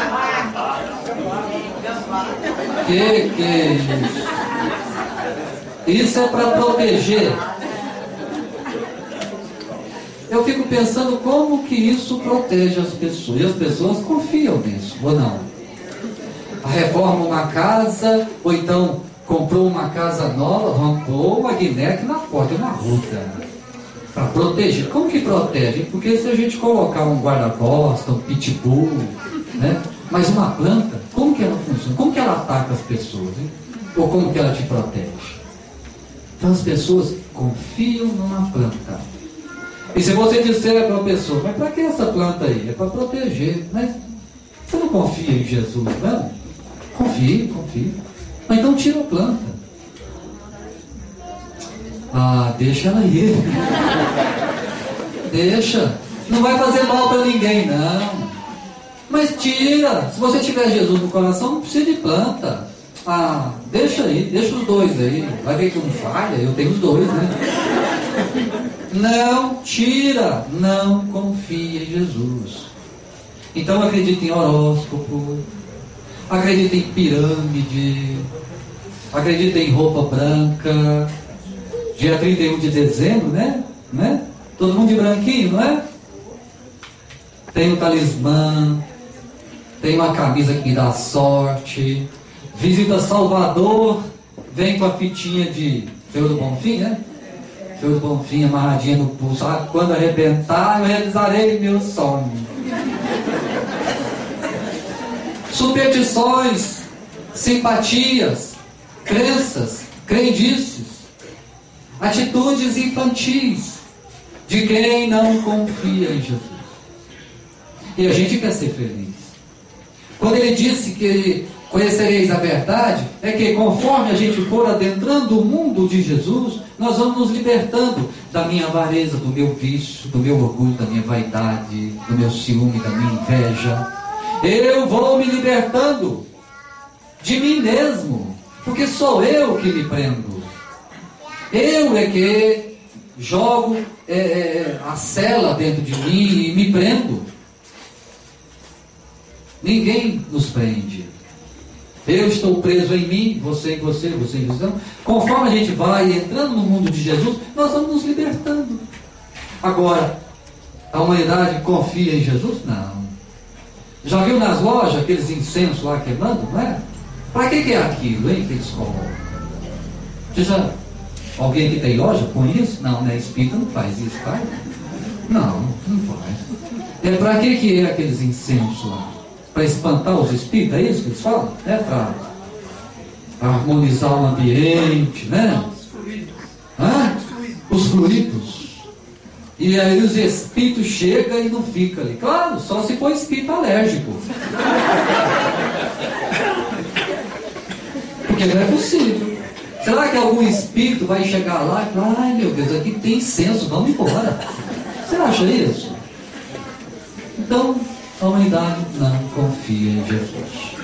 Que que é isso? Isso é para proteger. Eu fico pensando como que isso protege as pessoas. E as pessoas confiam nisso, ou não? Reforma uma casa, ou então comprou uma casa nova, rampou uma guineca na porta, uma ruta, para proteger. Como que protege? Porque se a gente colocar um guarda-costas, um pitbull, né? Mas uma planta, como que ela funciona? Como que ela ataca as pessoas, hein? Ou como que ela te protege? Então as pessoas confiam numa planta. E se você disser para a pessoa, mas para que essa planta aí? É para proteger. Mas você não confia em Jesus, não? Confie, confie. Mas então tira a planta. Ah, deixa ela aí. Deixa. Não vai fazer mal para ninguém, não. Mas tira. Se você tiver Jesus no coração, não precisa de planta. Ah, deixa aí, deixa os dois aí. Vai ver que um falha, eu tenho os dois, né? Não tira, não confia em Jesus. Então acredita em horóscopo, acredita em pirâmide, acredita em roupa branca, Dia trinta e um de dezembro, né? né? Todo mundo de branquinho, não é? Tem um talismã, tem uma camisa que me dá sorte. Visita Salvador, vem com a fitinha de Feira do Bonfim, né? Feira do Bonfim amarradinha no pulso. Ah, quando arrebentar, eu realizarei meu sonho. Superstições, simpatias, crenças, crendices, atitudes infantis de quem não confia em Jesus. E a gente quer ser feliz. Quando ele disse que conhecereis a verdade, é que conforme a gente for adentrando o mundo de Jesus, nós vamos nos libertando da minha avareza, do meu vício, do meu orgulho, da minha vaidade, do meu ciúme, da minha inveja. Eu vou me libertando de mim mesmo, porque sou eu que me prendo. Eu é que jogo é, a cela dentro de mim e me prendo. Ninguém nos prende. Eu estou preso em mim, você em você, você em você. Conforme a gente vai entrando no mundo de Jesus, nós vamos nos libertando. Agora, a humanidade confia em Jesus? Não. Já viu nas lojas aqueles incensos lá queimando, não é? Para que, que é aquilo, hein, que eles colocam? Você já... Alguém que tem loja com isso? Não, né? Espírita não faz isso, faz? Não, não faz. É para que, que é aqueles incensos lá? Para espantar os espíritos, é isso que eles falam? É para harmonizar o ambiente, né? Hã? Os fluidos. E aí os espíritos chegam e não ficam ali. Claro, só se for espírito alérgico. Porque não é possível. Será que algum espírito vai chegar lá e falar: ai meu Deus, aqui tem incenso, vamos embora? Você acha isso? Então, a humanidade não confia em Jesus.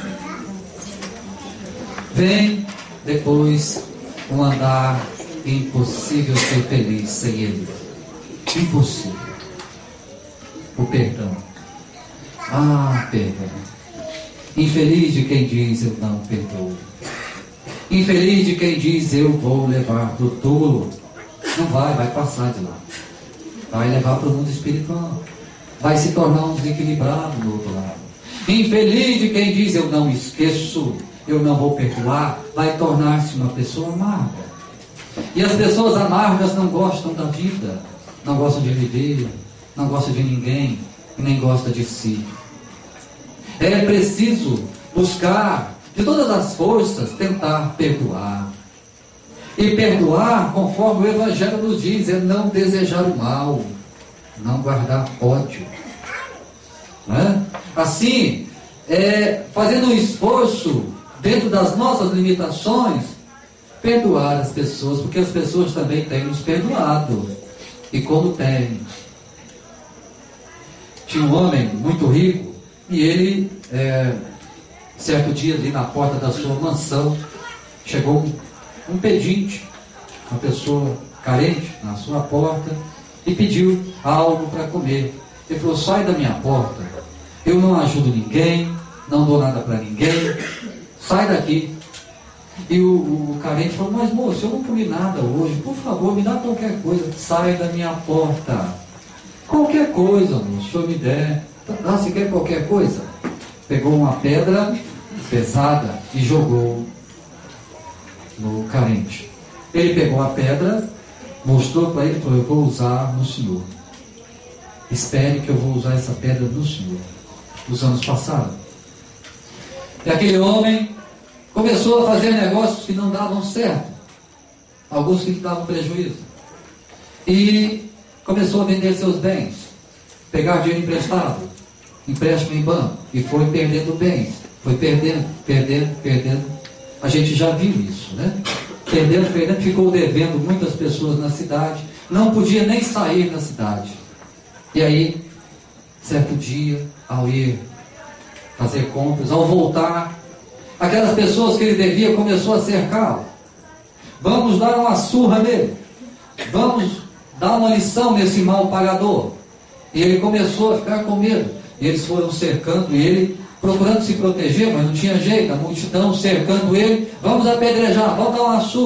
Vem depois um andar impossível ser feliz sem Ele. Impossível. O perdão. Ah, perdão. Infeliz de quem diz eu não perdoo. Infeliz de quem diz eu vou levar do tolo. Não vai, vai passar de lá. Vai levar para o mundo espiritual. Vai se tornar um desequilibrado do outro lado. Infeliz de quem diz eu não esqueço, eu não vou perdoar, vai tornar-se uma pessoa amarga. E as pessoas amargas não gostam da vida, não gostam de viver, não gostam de ninguém e nem gostam de si. É preciso buscar de todas as forças tentar perdoar. E perdoar, conforme o Evangelho nos diz, é não desejar o mal, não guardar ódio. Não é? Assim, é, fazendo um esforço dentro das nossas limitações, perdoar as pessoas, porque as pessoas também têm nos perdoado. E como têm. Tinha um homem muito rico e ele, é, certo dia ali na porta da sua mansão, chegou um, um pedinte, uma pessoa carente na sua porta, e pediu algo para comer. Ele falou: sai da minha porta, eu não ajudo ninguém, não dou nada para ninguém, sai daqui. E o, o carente falou: mas moço, eu não comi nada hoje, por favor, me dá qualquer coisa. Sai da minha porta. Qualquer coisa, moço, o senhor me der. Ah, você quer qualquer coisa? Pegou uma pedra pesada e jogou no carente. Ele pegou a pedra, mostrou para ele e falou: eu vou usar no senhor. Espere que eu vou usar essa pedra no senhor. Os anos passaram. E aquele homem começou a fazer negócios que não davam certo, alguns que davam prejuízo, e começou a vender seus bens, pegar dinheiro emprestado, empréstimo em banco, e foi perdendo bens, foi perdendo, perdendo, perdendo. A gente já viu isso, né? Perdendo, perdendo, ficou devendo muitas pessoas na cidade, não podia nem sair da cidade. E aí, certo dia, ao ir fazer compras, ao voltar, aquelas pessoas que ele devia começou a cercá-lo. Vamos dar uma surra nele. Vamos dar uma lição nesse mal pagador. E ele começou a ficar com medo. E eles foram cercando ele, procurando se proteger, mas não tinha jeito. A multidão cercando ele. Vamos apedrejar, vamos dar uma surra.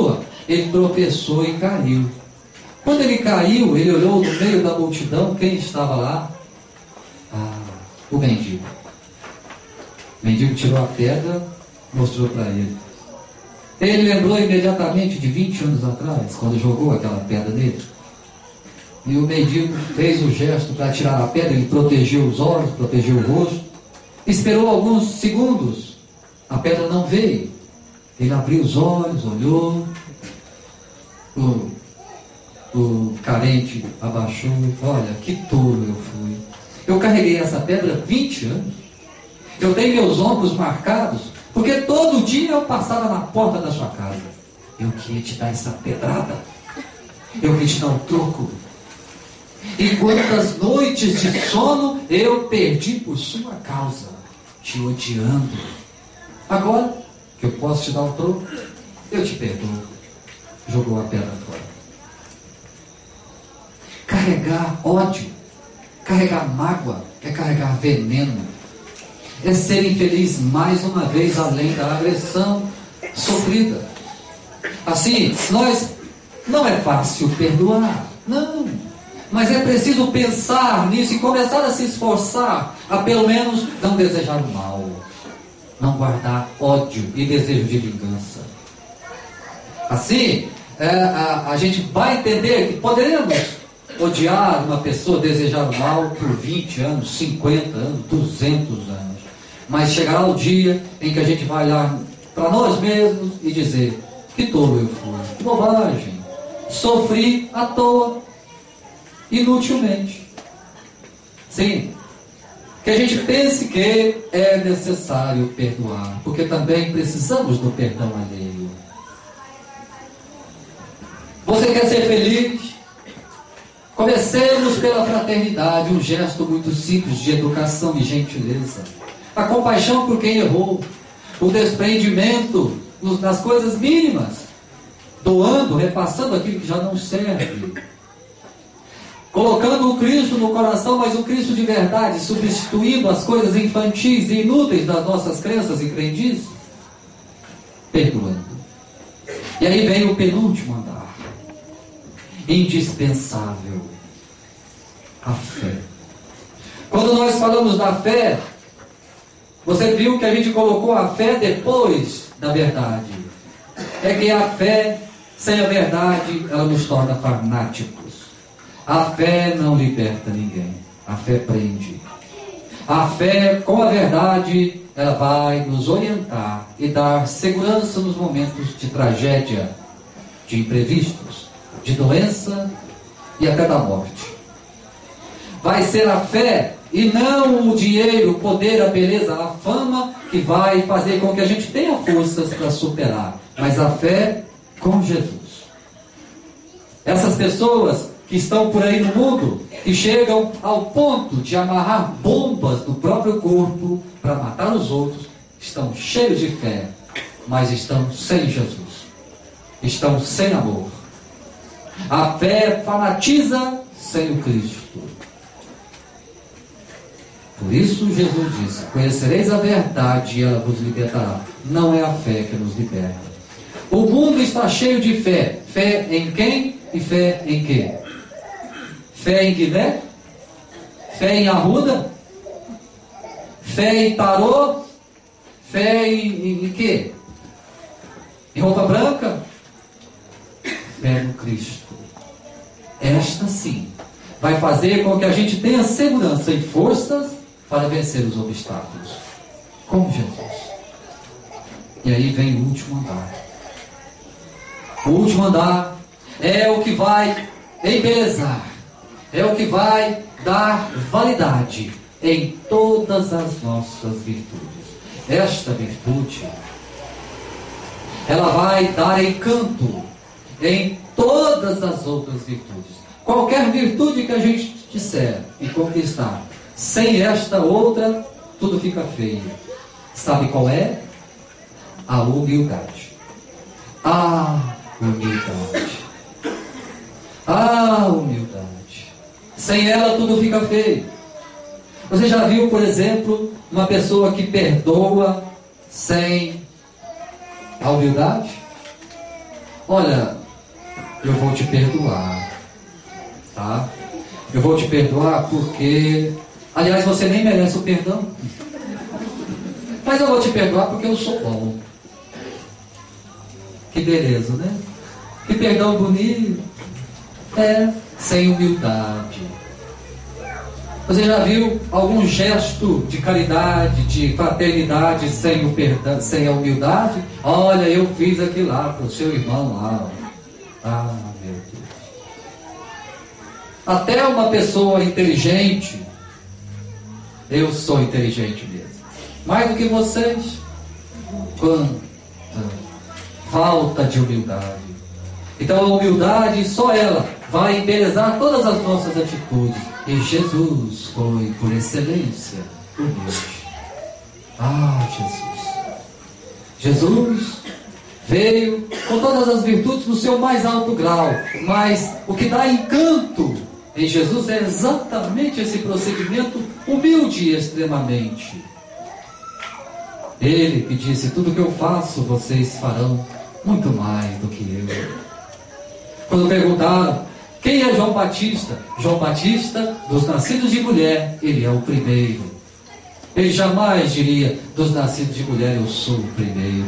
ele tropeçou e caiu. Quando ele caiu, ele olhou no meio da multidão, quem estava lá? Ah, o mendigo. O mendigo tirou a pedra, mostrou para ele. Ele lembrou imediatamente de vinte anos atrás, quando jogou aquela pedra nele. E o mendigo fez o gesto para tirar a pedra, ele protegeu os olhos, protegeu o rosto. Esperou alguns segundos, a pedra não veio. Ele abriu os olhos, olhou. O, o carente abaixou e falou: olha, que tolo eu fui. Eu carreguei essa pedra vinte anos. Eu tenho meus ombros marcados, porque todo dia eu passava na porta da sua casa. Eu queria te dar essa pedrada. Eu queria te dar um troco. E quantas noites de sono eu perdi por sua causa, te odiando. Agora que eu posso te dar um troco, eu te perdoo. Jogou a pedra fora. Carregar ódio, carregar mágoa, é carregar veneno, é ser infeliz mais uma vez, além da agressão sofrida. Assim, nós, não é fácil perdoar, não, mas é preciso pensar nisso e começar a se esforçar a pelo menos não desejar o mal, não guardar ódio e desejo de vingança. Assim, é, a, a gente vai entender que poderemos odiar uma pessoa, desejar o mal por vinte anos, cinquenta anos, duzentos anos. Mas chegará o dia em que a gente vai olhar para nós mesmos e dizer: que tolo eu fui, que bobagem, sofri à toa, inutilmente. Sim, que a gente pense que é necessário perdoar, porque também precisamos do perdão alheio. Você quer ser feliz? Comecemos pela fraternidade, um gesto muito simples de educação e gentileza. A compaixão por quem errou, o desprendimento nas coisas mínimas, doando, repassando aquilo que já não serve, colocando o Cristo no coração, mas o Cristo de verdade, substituindo as coisas infantis e inúteis das nossas crenças e crendices, perdoando. E aí vem o penúltimo andar, indispensável, a fé. Quando nós falamos da fé, você viu que a gente colocou a fé depois da verdade. É que a fé, sem a verdade, ela nos torna fanáticos. A fé não liberta ninguém, a fé prende. A fé, com a verdade, ela vai nos orientar e dar segurança nos momentos de tragédia, de imprevistos, de doença e até da morte. Vai ser a fé e não o dinheiro, o poder, a beleza, a fama que vai fazer com que a gente tenha forças para superar, mas a fé com Jesus. Essas pessoas que estão por aí no mundo, que chegam ao ponto de amarrar bombas no próprio corpo para matar os outros, estão cheios de fé, mas estão sem Jesus, estão sem amor. A fé fanatiza sem o Cristo. Por isso Jesus disse: conhecereis a verdade e ela vos libertará. Não é a fé que nos liberta. O mundo está cheio de fé. Fé em quem e fé em quê? Fé em Guiné? Fé em Arruda? Fé em tarô? Fé em, em, em quê? Em roupa branca? Fé no Cristo. Esta sim vai fazer com que a gente tenha segurança e forças para vencer os obstáculos, como Jesus. E aí vem o último andar. O último andar é o que vai embelezar, é o que vai dar validade em todas as nossas virtudes. Esta virtude, ela vai dar encanto em todas as outras virtudes. Qualquer virtude que a gente disser e conquistar, sem esta outra, tudo fica feio. Sabe qual é? A humildade. A humildade. A humildade. Sem ela, tudo fica feio. Você já viu, por exemplo, uma pessoa que perdoa sem a humildade? olha, eu vou te perdoar, tá? Eu vou te perdoar porque, aliás, você nem merece o perdão. Mas eu vou te perdoar porque eu sou bom. Que beleza, né? Que perdão bonito. É, sem humildade. Você já viu algum gesto de caridade, de fraternidade sem o perdão, sem a humildade? Olha, eu fiz aquilo lá para o seu irmão lá. Ah, meu Deus. Até uma pessoa inteligente, eu sou inteligente mesmo, mais do que vocês, quanta falta de humildade. Então a humildade, só ela vai embelezar todas as nossas atitudes. E Jesus foi, por excelência, humilde. Ah, Jesus. Jesus veio com todas as virtudes no seu mais alto grau. Mas o que dá encanto em Jesus é exatamente esse procedimento humilde extremamente. Ele que disse: tudo que eu faço, vocês farão muito mais do que eu. Quando perguntaram: quem é João Batista? João Batista, dos nascidos de mulher, ele é o primeiro. Ele jamais diria: dos nascidos de mulher, eu sou o primeiro.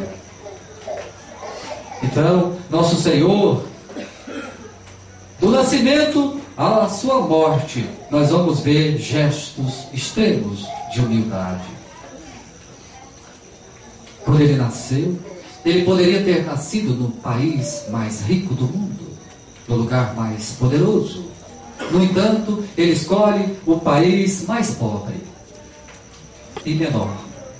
Então, nosso Senhor, do nascimento à sua morte, nós vamos ver gestos extremos de humildade. Quando ele nasceu, ele poderia ter nascido no país mais rico do mundo, no lugar mais poderoso. No entanto, ele escolhe o país mais pobre e menor.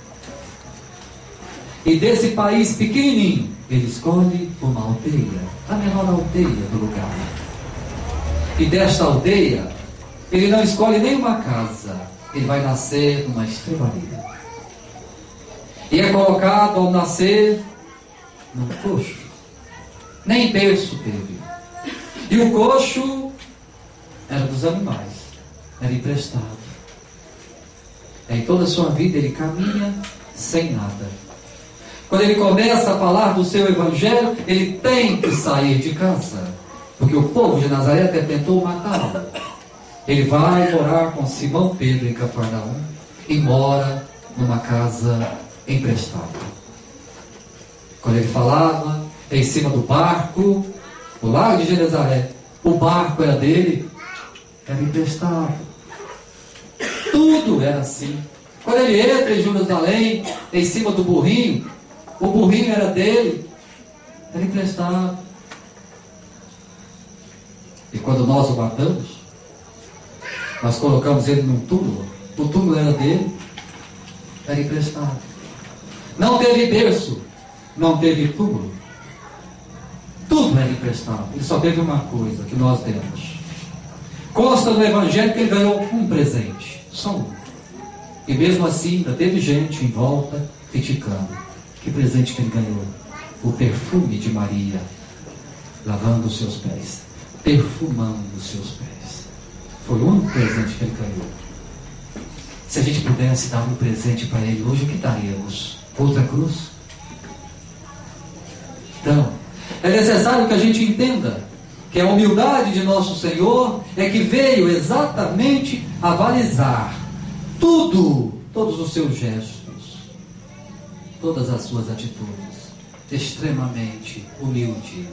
E desse país pequenininho, ele escolhe uma aldeia, a menor aldeia do lugar. E desta aldeia, ele não escolhe nenhuma casa, ele vai nascer numa estrebaria. E é colocado ao nascer num coxo. Nem berço teve. E o coxo era dos animais, era emprestado. Em toda a sua vida ele caminha sem nada. Quando ele começa a falar do seu evangelho, ele tem que sair de casa, porque o povo de Nazaré até tentou matá-lo. Ele vai morar com Simão Pedro em Cafarnaum e mora numa casa emprestada. Quando ele falava em cima do barco, no lago de Genezaré, o barco era dele, era emprestado. Tudo era assim. Quando ele entra em Jerusalém, em cima do burrinho, o burrinho era dele, era emprestado. E quando nós o matamos, nós colocamos ele num túmulo, o túmulo era dele, era emprestado. Não teve berço, não teve túmulo, tudo era emprestado. Ele só teve uma coisa que nós temos. Consta no Evangelho que ele ganhou um presente, só um. E mesmo assim ainda teve gente em volta criticando. Que presente que ele ganhou? O perfume de Maria, lavando os seus pés, perfumando os seus pés. Foi o único presente que ele ganhou. Se a gente pudesse dar um presente para ele hoje, o que daríamos? Outra cruz? Então, é necessário que a gente entenda que a humildade de nosso Senhor é que veio exatamente avalizar tudo, todos os seus gestos, todas as suas atitudes, extremamente humilde.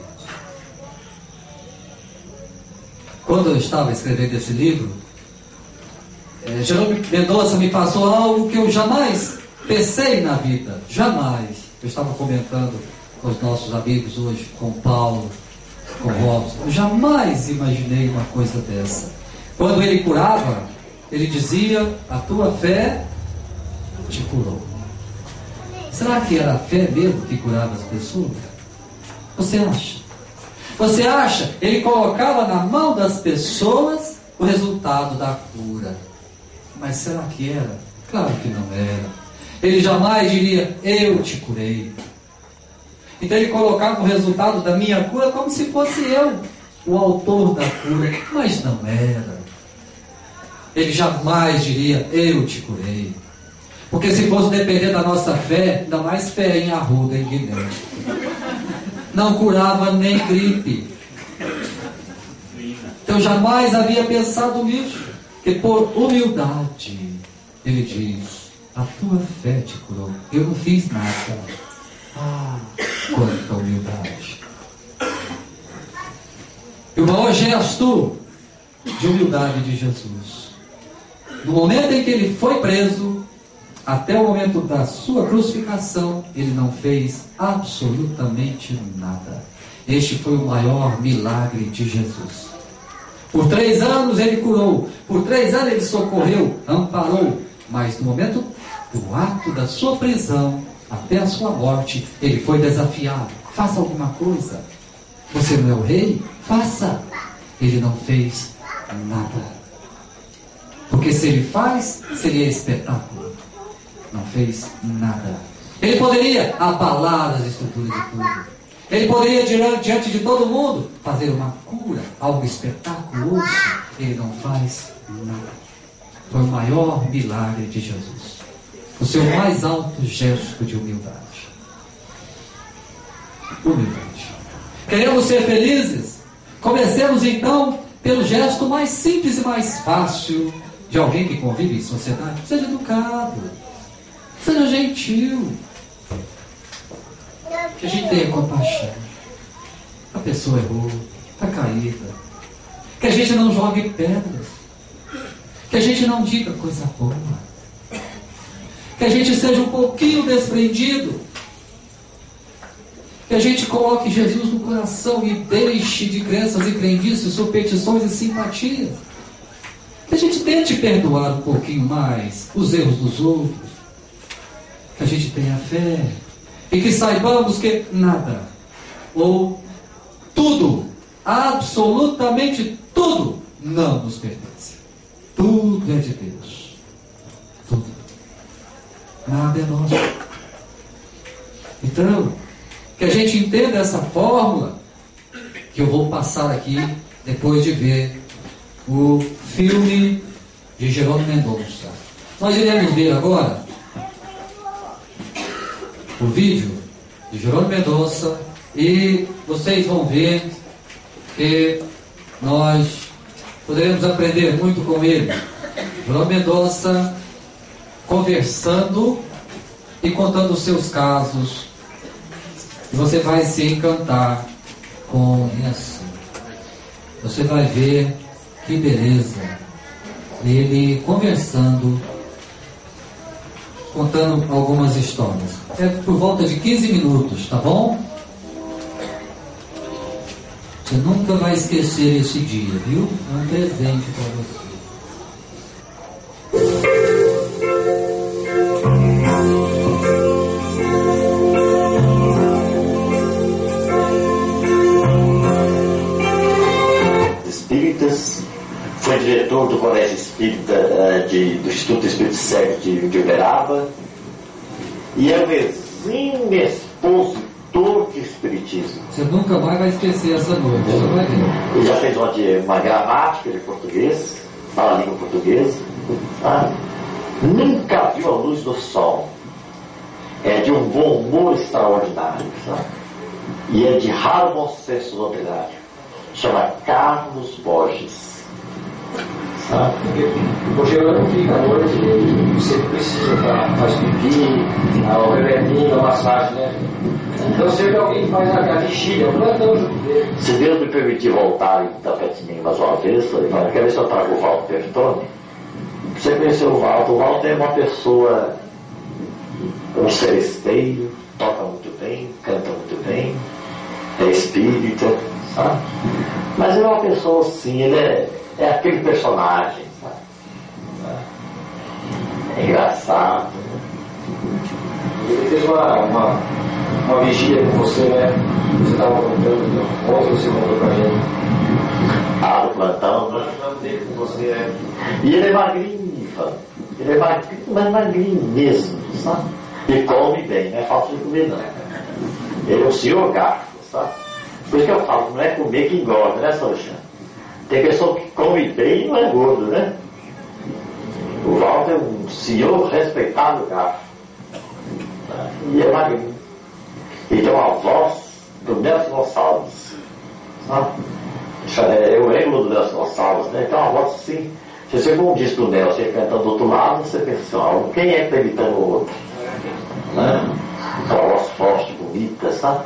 Quando eu estava escrevendo esse livro, eh, Jerônimo Mendonça me passou algo que eu jamais pensei na vida, jamais. Eu estava comentando com os nossos amigos hoje, com Paulo, com Robson, eu jamais imaginei uma coisa dessa. Quando ele curava, ele dizia: a tua fé te curou. Será que era a fé mesmo que curava as pessoas? Você acha? Você acha? Ele colocava na mão das pessoas o resultado da cura. Mas será que era? Claro que não era. Ele jamais diria: eu te curei. Então ele colocava o resultado da minha cura como se fosse eu o autor da cura. Mas não era. Ele jamais diria: eu te curei. Porque se fosse depender da nossa fé, ainda mais fé em Arruda, em Guiné. não curava nem gripe. Eu jamais havia pensado nisso, que por humildade, ele diz, a tua fé te curou, eu não fiz nada. Ah, quanta humildade. E o maior gesto de humildade de Jesus, no momento em que ele foi preso, até o momento da sua crucificação, ele não fez absolutamente nada. Este foi o maior milagre de Jesus. Por três anos ele curou, por três anos ele socorreu, amparou, mas no momento do ato da sua prisão, até a sua morte, ele foi desafiado. Faça alguma coisa. Você não é o rei? Faça. Ele não fez nada. Porque se ele faz, seria espetáculo. Não fez nada. Ele poderia abalar as estruturas de tudo. Ele poderia, diante de todo mundo, fazer uma cura, algo espetaculoso. Ele não faz nada. Foi o maior milagre de Jesus. O seu mais alto gesto de humildade. Humildade. Queremos ser felizes? Comecemos então pelo gesto mais simples e mais fácil de alguém que convive em sociedade. Seja educado. Seja gentil. Que a gente tenha compaixão. A pessoa errou, está caída. Que a gente não jogue pedras. Que a gente não diga coisa boa. Que a gente seja um pouquinho desprendido. Que a gente coloque Jesus no coração e deixe de crenças e crendices, superstições e simpatias. Que a gente tente perdoar um pouquinho mais os erros dos outros. Que a gente tenha fé. E que saibamos que nada, ou tudo, absolutamente tudo, não nos pertence. Tudo é de Deus. Tudo. Nada é nosso. Então, que a gente entenda essa fórmula que eu vou passar aqui depois de ver o filme de Jerônimo Mendonça. Nós iremos ver agora o vídeo de Jerônimo Mendonça e vocês vão ver que nós poderemos aprender muito com ele. Jerônimo Mendonça conversando e contando os seus casos, e você vai se encantar com isso. Você vai ver que beleza ele conversando, contando algumas histórias. É por volta de quinze minutos, tá bom? Você nunca vai esquecer esse dia, viu? É um presente para você. Espíritas, foi diretor do Colégio Espírita de, do Instituto Espírito Cego de, de Uberaba, e é um exímio expositor de espiritismo. Você nunca mais vai esquecer essa noite. Você vai ver. Ele já fez uma, de, uma gramática de português, fala a língua portuguesa, tá? Nunca viu a luz do sol. É de um bom humor extraordinário, sabe? E é de raro bom senso doutrinário. Chama Carlos Borges. Sabe? O Gerônimo fica à noite, você precisa para faz pipi, o revertinho, a massagem, né? Então sempre alguém faz a, a vigília, o plantão junto dele. Se Deus me permitir voltar e dar perto de mim mais uma vez, eu falei, quer ver se eu trago o Walter Bertone? Você conheceu o Walter? O Walter é uma pessoa, um seresteiro, toca muito bem, canta muito bem, é espírita, sabe? Mas ele é uma pessoa assim, ele é, é aquele personagem, sabe? É engraçado. Ele fez uma, uma, uma vigília com você, né? Você estava contando, ontem você contou pra gente. Ah, do plantão, né? O plano dele com você é. E ele é magrinho, sabe? Ele é magrinho, mas magrinho mesmo, sabe? E come bem, não é falta de comer não. Ele é um senhor gato, sabe? Por isso que eu falo, não é comer que engorda, né, Sr. Alexandre? Tem pessoa que come bem e não é gordo, né? O Walter é um senhor respeitável gato. E é magrinho. Ele tem uma voz do Nelson Gonçalves. Sabe? Eu lembro do Nelson Gonçalves, né? Então a voz assim, se você for um disco do Nelson cantando do outro lado, você pensa assim, ó, quem é que está imitando o outro? Né? Uma voz forte, bonita, sabe?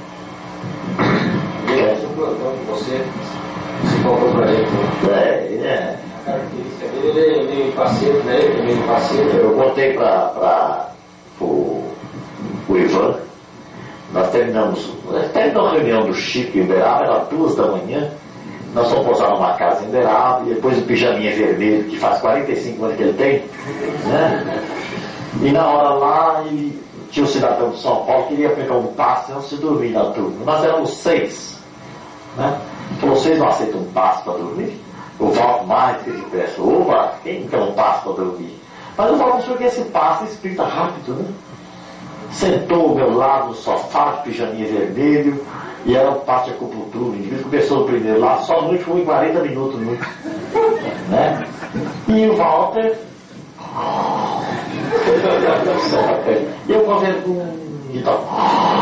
É, você se contou pra ele. É, é. A característica dele, ele é meio parceiro, né? Ele é meio parceiro. Eu contei para o Ivan, nós terminamos, terminamos a reunião do Chico em Uberaba, era duas da manhã, nós fomos posar numa casa em Uberaba, e depois o pijaminha vermelho, que faz quarenta e cinco anos que ele tem, né? E na hora lá, ele tinha um cidadão de São Paulo que queria pegar um passe antes de dormir na turma. Nós éramos seis, né? Falou, vocês não aceitam um passe para dormir? O Valdo mais que depressa, opa, quem quer um passe para dormir? Mas o Valdo achou que esse passe espírita rápido, né? Sentou ao meu lado no sofá de pijaminha vermelho, e era um passe de acupuntura. O indivíduo começou no primeiro lá, só muito, foi em quarenta minutos, muito, né? E o Walter, e eu fazendo com e tal,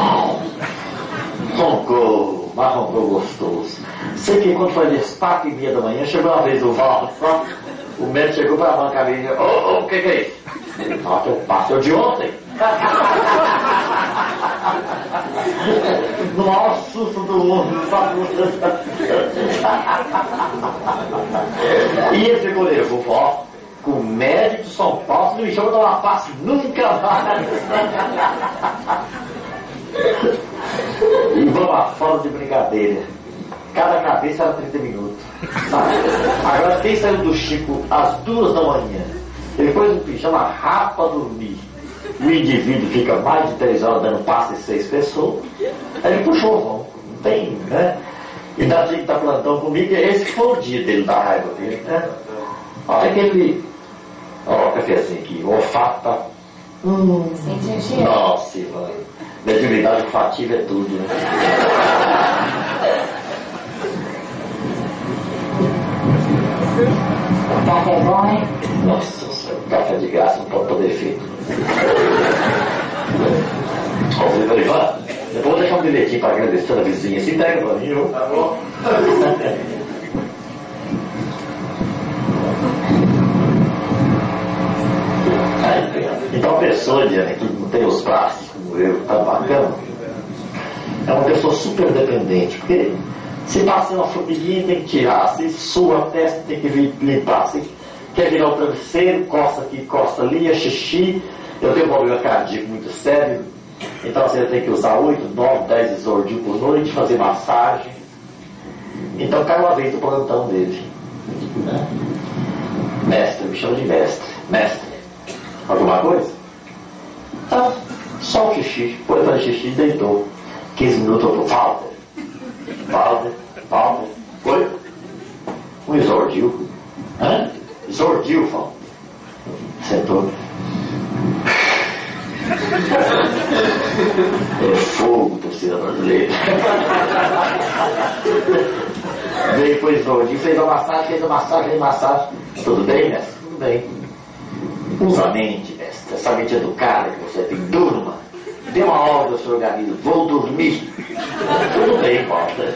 roncou, mas roncou gostoso. Sei que quando foi às quatro e meia da manhã, chegou uma vez o Walter, o médico chegou para a banca e disse, ô, o que que é isso? Ele falou que eu passo de ontem. No maior susto do mundo, sabe? E ele ficou nervoso, ó, com o médico de São Paulo, não me chama de uma passe nunca mais. E vamos lá, fora de brincadeira. Cada cabeça era trinta minutos. Sabe? Agora, quem saiu do Chico às duas da manhã, ele pôs um pijama rápido para dormir. O indivíduo fica mais de três horas dando passe de seis pessoas. Aí ele puxou o ronco. Não tem, né? E ainda tinha que estar plantão comigo. Esse foi o dia dele, da raiva dele, né? Olha aquele. Olha o cafezinho aqui. O olfato tá. Hum. Nossa, Ivan. Mediunidade olfativa é tudo, né? Café bom, hein? Nossa senhora, café de graça não pode ter defeito. Ó, você vai levar? Depois vou deixar um bilhetinho para agradecer a vizinha. Se pega pra mim, viu? Tá bom? Então a pessoa, Diana, que não tem os braços como eu, tá bacana, é uma pessoa super dependente, porque se passa uma formiguinha tem que tirar, se sua a testa tem que limpar, se quer virar o travesseiro, costa aqui, costa ali, é xixi. Eu tenho um problema cardíaco muito sério, então você tem que usar oito, nove, dez exordil por noite, fazer massagem. Então cai uma vez do plantão dele, né? Mestre, me chama de mestre. Mestre, alguma coisa? Então, só o xixi, foi fazer xixi e deitou. quinze minutos eu tô, Walter, Walter, Walter, foi? Um exordil. Hã? Exordil, Walter. Sentou. É fogo, torcida brasileira. Veio pro exordil, fez a massagem, fez a massagem, fez a massagem. Tudo bem, mestre? Tudo bem. Usa a mente, mestre. Essa mente educada que você tem, durma. Dê uma ordem ao seu organismo, vou dormir. Tudo bem, Walter.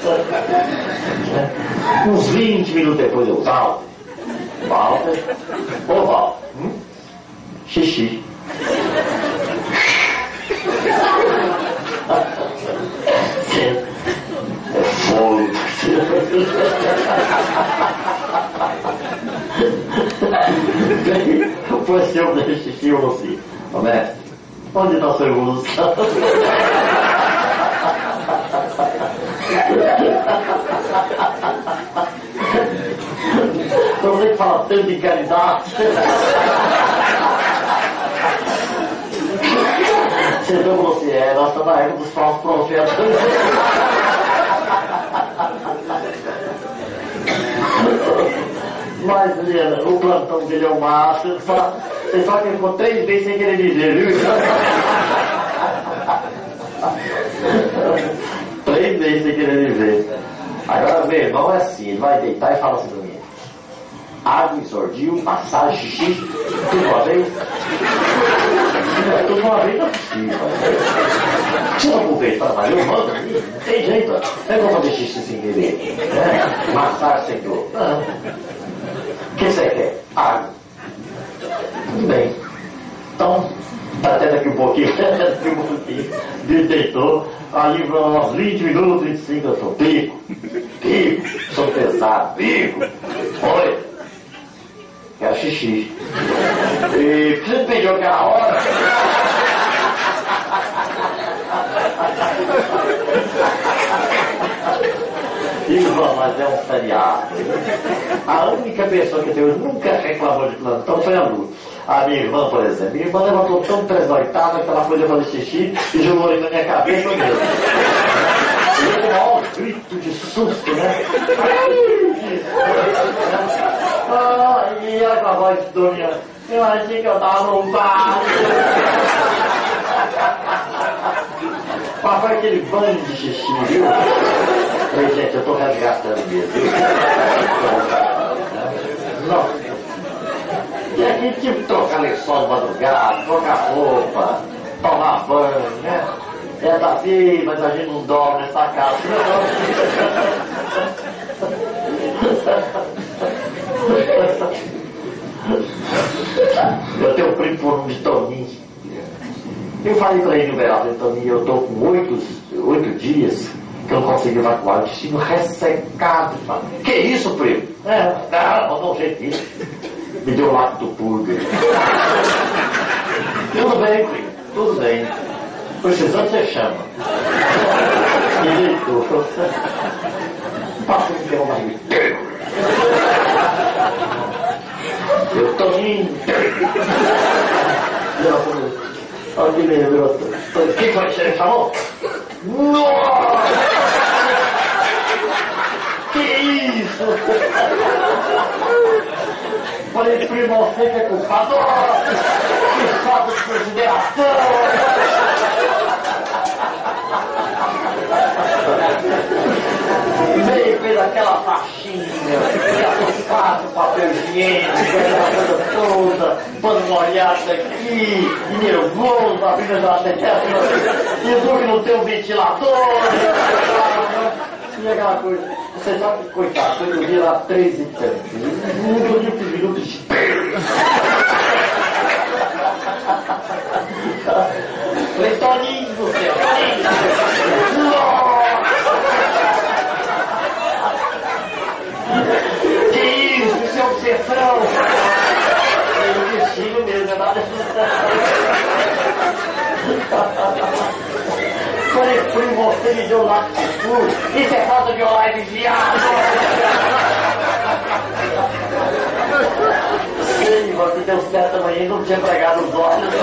Uns vinte minutos depois eu, Walter. Walter. Ô, Walter. Hum? Xixi. É fogo. Depois que eu dei xixi, eu vou assim, ô mestre, onde está a sua evolução? Você que fala tanto de caridade. Você viu como você é? Nós estamos na época dos falsos profetas. Mas, Liana, o plantão dele é o máximo. Você só que ele ficou três vezes sem querer dizer, viu? Três vezes sem querer dizer. Agora, meu irmão é assim, ele vai deitar e fala assim pra mim: água, exordil, massagem, xixi, tudo uma vez. Tudo uma vez não é possível. Se eu não aproveito para mais, eu mando, não tem jeito. Eu não vou fazer xixi sem querer. Né? Massagem sem dor. Não. O que você quer? Água. Tudo bem. Então, até daqui um pouquinho, daqui um pouquinho, ele deitou, ali uns vinte minutos, vinte e cinco, eu sou pico, pico, sou pesado, pico, oi, quero xixi. E você pediu aquela hora? Irmão, mas é um feriado. A única pessoa que Deus nunca reclamou de plantão foi a Lu. A minha irmã, por exemplo, minha irmã levantou tão tresoitada que ela foi fazer xixi e jogou ali na minha cabeça mesmo. E eu com um maior grito de susto, né? Ah, e ela com a voz de Dorinha, eu achei que eu tava no bar. Mas foi aquele banho de xixi, viu? Ei, gente, eu tô resgatando mesmo, viu? Não. E aqui tive que trocar lençol de madrugada, trocar roupa, tomar banho, né? É daqui, mas a gente não dorme nessa casa. Eu tenho um primo por nome de Toninho. Eu falei pra ele no verão, Toninho, eu tô com oito, oito dias que eu não consegui evacuar, o intestino ressecado. Que isso, primo? É, não, não, um jeitinho. Me deu lacto puro. Tudo bem, primo, tudo bem. Precisando, você chama. Me deitou. Passa um pelo barriga. Eu tô indo. Olha que lembro. Quem foi que você falou? Nossa! Que isso? Falei, primo, você que é culpado. Que falta de consideração. Veio, fez aquela faixinha, faz o papel higiênico, aquela coisa toda, pano molhado aqui, e nervoso, abrindo a geladeira, e viu que não tem um ventilador, e aquela coisa. Você sabe que, coitado, foi dormir lá três e tanto, não dormiu por minutos de falei, Toninho do céu, Toninho! Que isso, isso é obsessão! É o destino mesmo, é nada. Falei, primo, você me deu lá tudo. Isso é falta de olhar e vigiar. Sim, você deu certo amanhã e não tinha pregado os olhos.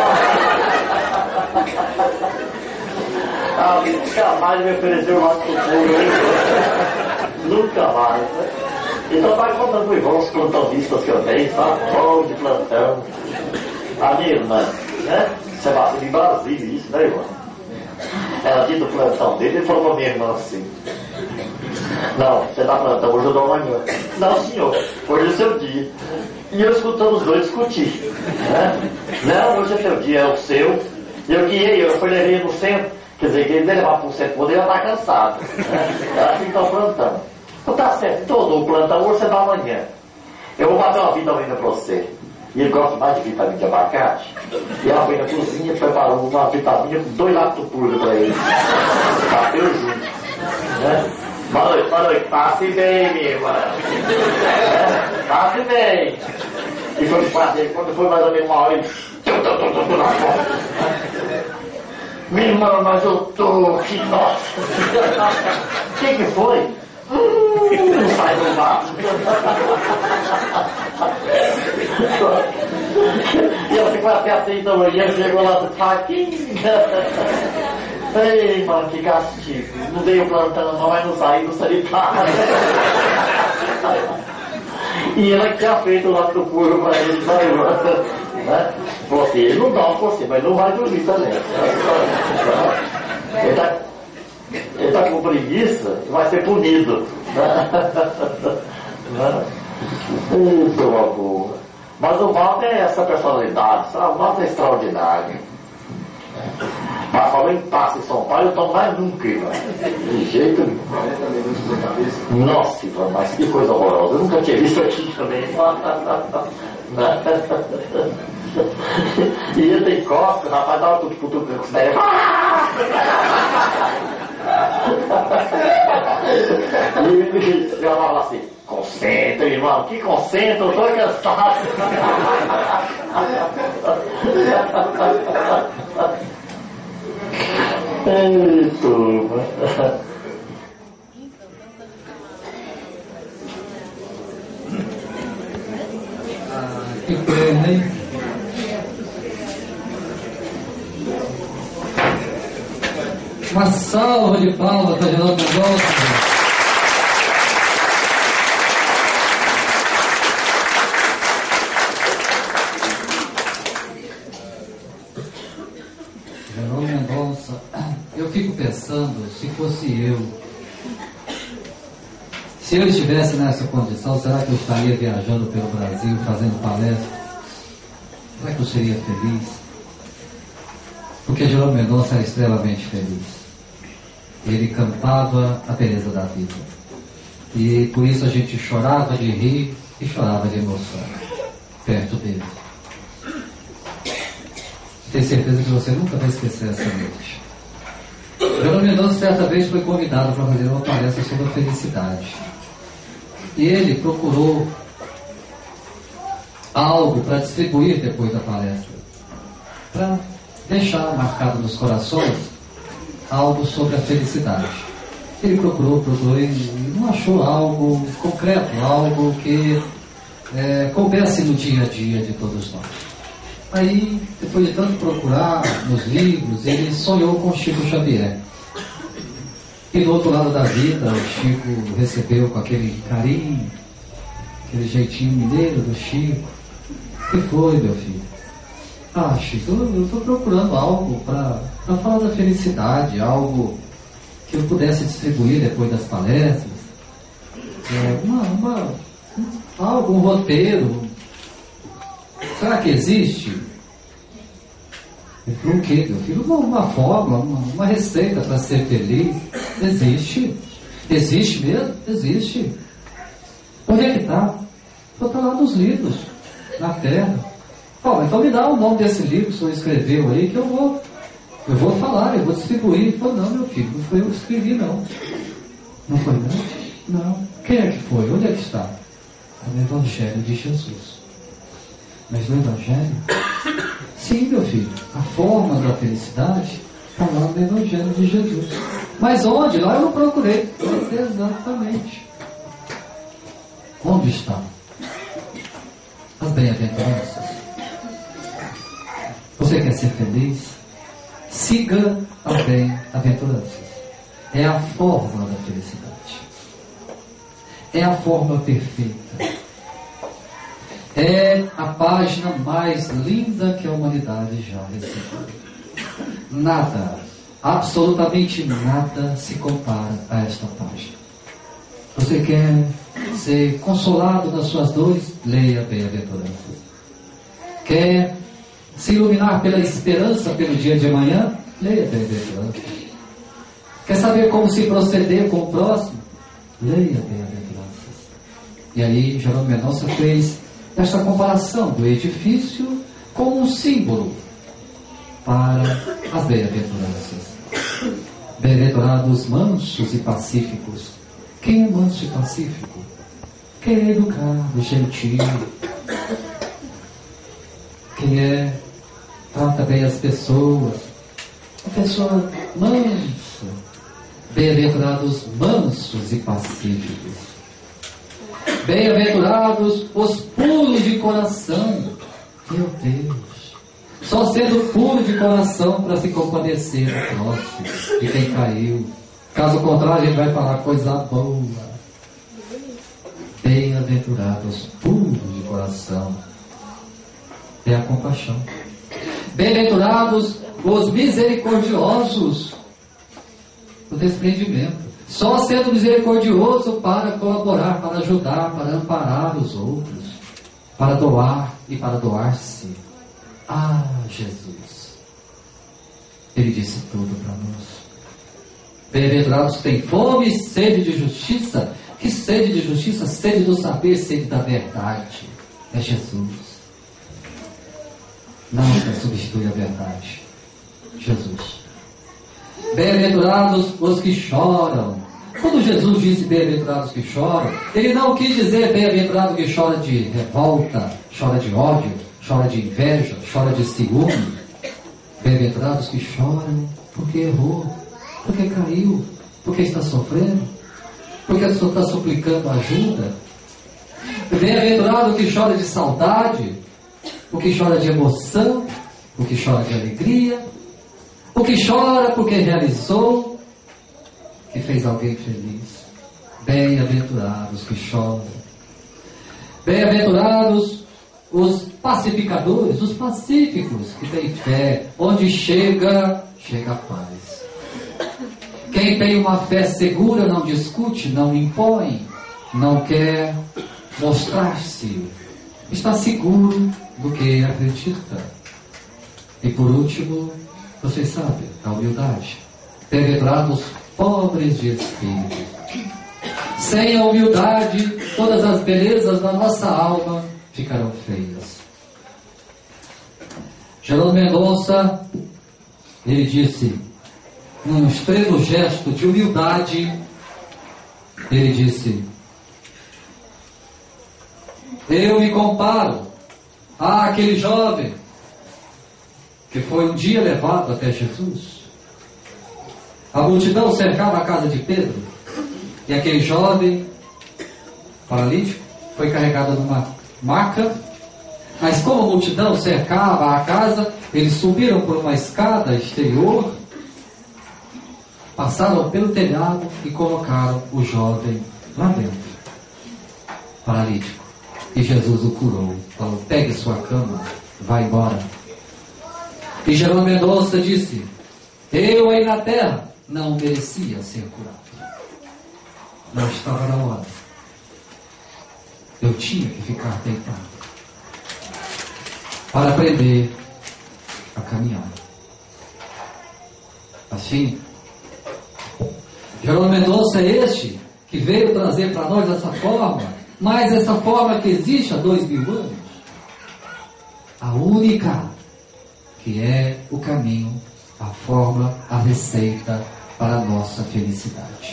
Ah, nunca mais me ofereceu lá pro puro. Nunca mais, né? Então vai contando pro irmão os plantonistas que eu tenho, sabe? Bom de plantão. A minha irmã, né? Você bateu em Brasília, isso, né, irmã? Ela disse do plantão dele e falou pra minha irmã assim: não, você dá plantão hoje eu dou amanhã. Não, senhor, hoje é o seu dia. E eu escutando os dois discutir, né? Não, hoje é seu dia, é o seu. E eu guiei, eu fui levei no centro. Quer dizer, que ele levar pro centro, poder ela tá cansado, né? Ela fica então plantão. Então tá certo, todo o plantão hoje você dá amanhã. Eu vou bater uma vitamina pra você. E ele gosta mais de vitamina de abacate. E ela foi na cozinha e preparou uma vitamina com dois lactopuros pra ele. Bateu junto, né? Boa noite, boa noite. Passe bem, minha irmã. É, passe bem. E foi fazer, quando foi mais ou menos uma hora, ele... Minha irmã, mas eu tô... Que nossa! O que que foi? Hum, não sai do vaso. E ela ficou até assim da manhã, chegou lá do parquinho. Ei, mano, que castigo. Não dei o plantão, não, mas não saí do sanitário. E ela que tinha feito lá pro puro pra ele, vai, mano. Né? Você, ele não dorme com você, mas não vai dormir também. Ele tá, ele tá com preguiça e vai ser punido. Muito amor. Mas o Walter é essa personalidade, sabe? O Walter é extraordinário. Mas falando em taça em São Paulo, eu tomo mais nunca, velho. De jeito nenhum. Nossa, mas que coisa horrorosa. Eu nunca tinha visto aqui também. E ele tem costa, o rapaz dava tudo cutucando com os dez. E ele falava assim: concentra, irmão, que concentra, eu tô cansado. Ei, turma. Ah, que pena, hein? Uma salva de palmas para Geraldo Mendonça. Geraldo Mendonça, eu fico pensando, se fosse eu, se eu estivesse nessa condição, será que eu estaria viajando pelo Brasil, fazendo palestra? Será que eu seria feliz? Porque Geraldo Mendonça era extremamente feliz. Ele cantava a beleza da vida. E por isso a gente chorava de rir e chorava de emoção perto dele. Tenho certeza que você nunca vai esquecer essa noite. Geraldo Mendonça certa vez foi convidado para fazer uma palestra sobre a felicidade. E ele procurou algo para distribuir depois da palestra, para deixar marcado nos corações algo sobre a felicidade. Ele procurou, procurou e não achou algo concreto, algo que é, coubesse no dia a dia de todos nós. Aí, depois de tanto procurar nos livros, ele sonhou com Chico Xavier. E do outro lado da vida, o Chico recebeu com aquele carinho, aquele jeitinho mineiro do Chico. O que foi, meu filho? Ah, Chico, eu estou procurando algo para falar da felicidade, algo que eu pudesse distribuir depois das palestras. É, uma, uma, algo, um roteiro. Será que existe? Ele falou: o quê, meu filho? Uma, uma fórmula, uma, uma receita para ser feliz. Existe. Existe mesmo? Existe. Onde é que está? Está lá nos livros, na terra. Oh, então me dá o nome desse livro que o senhor escreveu aí, que eu vou, eu vou falar, eu vou distribuir. Ele falou: não, meu filho, não foi eu que escrevi, não. Não foi, não? Não. Quem é que foi? Onde é que está? No Evangelho de Jesus. Mas no Evangelho? Sim, meu filho. A forma da felicidade está lá no Evangelho de Jesus. Mas onde? Lá eu não procurei. Mas exatamente. Onde está? As bem-aventuranças. Você quer ser feliz? Siga as bem-aventuranças. É a forma da felicidade. É a forma perfeita. É a página mais linda que a humanidade já recebeu. Nada, absolutamente nada se compara a esta página. Você quer ser consolado das suas dores? Leia Bem-aventuranças. Quer se iluminar pela esperança pelo dia de amanhã? Leia Bem-aventuranças. Quer saber como se proceder com o próximo? Leia Bem-aventuranças. E aí Geraldo Mendonça fez esta comparação do edifício com um símbolo para as bem-aventuranças. Bem-aventurados mansos e pacíficos. Quem é manso e pacífico? Quem é educado, gentil? Quem é trata bem as pessoas? Uma pessoa mansa. Bem-aventurados mansos e pacíficos. Bem-aventurados os puros de coração. Meu Deus! Só sendo puro de coração para se compadecer do próximo, de quem caiu. Caso contrário, a gente vai falar coisa boa. Bem-aventurados puros de coração. É a compaixão. Bem-aventurados os misericordiosos. O desprendimento. Só sendo misericordioso para colaborar, para ajudar, para amparar os outros, para doar e para doar-se. Ah, Jesus! Ele disse tudo para nós. Bem-aventurados que têm fome e sede de justiça. Que sede de justiça? Sede do saber, sede da verdade. É Jesus. Nada substitui a verdade. Jesus. Bem-aventurados os que choram. Quando Jesus disse bem-aventurados que choram, Ele não quis dizer bem-aventurado que chora de revolta, chora de ódio, chora de inveja, chora de ciúme. Bem-aventurados que choram porque errou, porque caiu, porque está sofrendo, porque está suplicando ajuda. Bem-aventurado que chora de saudade, o que chora de emoção, o que chora de alegria, o que chora porque realizou, que fez alguém feliz. Bem-aventurados que choram. Bem-aventurados os pacificadores, os pacíficos, que têm fé. Onde chega, chega a paz. Quem tem uma fé segura não discute, não impõe, não quer mostrar-se. Está seguro do que acredita. E por último, vocês sabem, a humildade. Bem-aventurados pobres de espírito. Sem a humildade, todas as belezas da nossa alma ficarão feias. Geraldo Mendonça, ele disse, num extremo gesto de humildade, ele disse: eu me comparo àquele jovem que foi um dia levado até Jesus. A multidão cercava a casa de Pedro, e aquele jovem paralítico foi carregado numa maca. Mas como a multidão cercava a casa, eles subiram por uma escada exterior, passaram pelo telhado e colocaram o jovem lá dentro, paralítico. E Jesus o curou. Falou: pegue sua cama, vá embora. E Geraldo Mendonça disse: eu aí na terra não merecia ser curado. Não estava na hora. Eu tinha que ficar deitado para aprender a caminhar. Assim, Geraldo Mendonça é este que veio trazer para nós essa forma, mas essa forma que existe há dois mil anos, a única, que é o caminho, a fórmula, a receita para a nossa felicidade.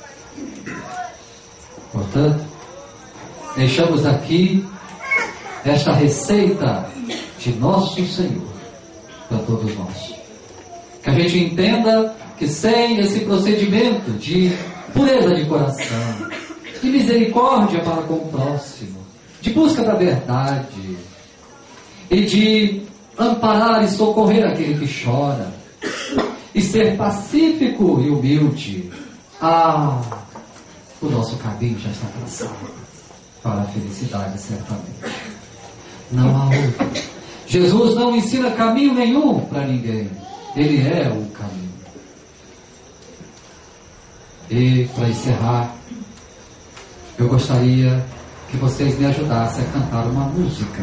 Portanto, deixamos aqui esta receita de nosso Senhor para todos nós. Que a gente entenda que sem esse procedimento de pureza de coração, de misericórdia para com o próximo, de busca da verdade e de amparar e socorrer aquele que chora e ser pacífico e humilde, ah, o nosso caminho já está traçado para a felicidade, certamente. Não há outro. Jesus não ensina caminho nenhum para ninguém. Ele é o caminho. E para encerrar, eu gostaria que vocês me ajudassem a cantar uma música.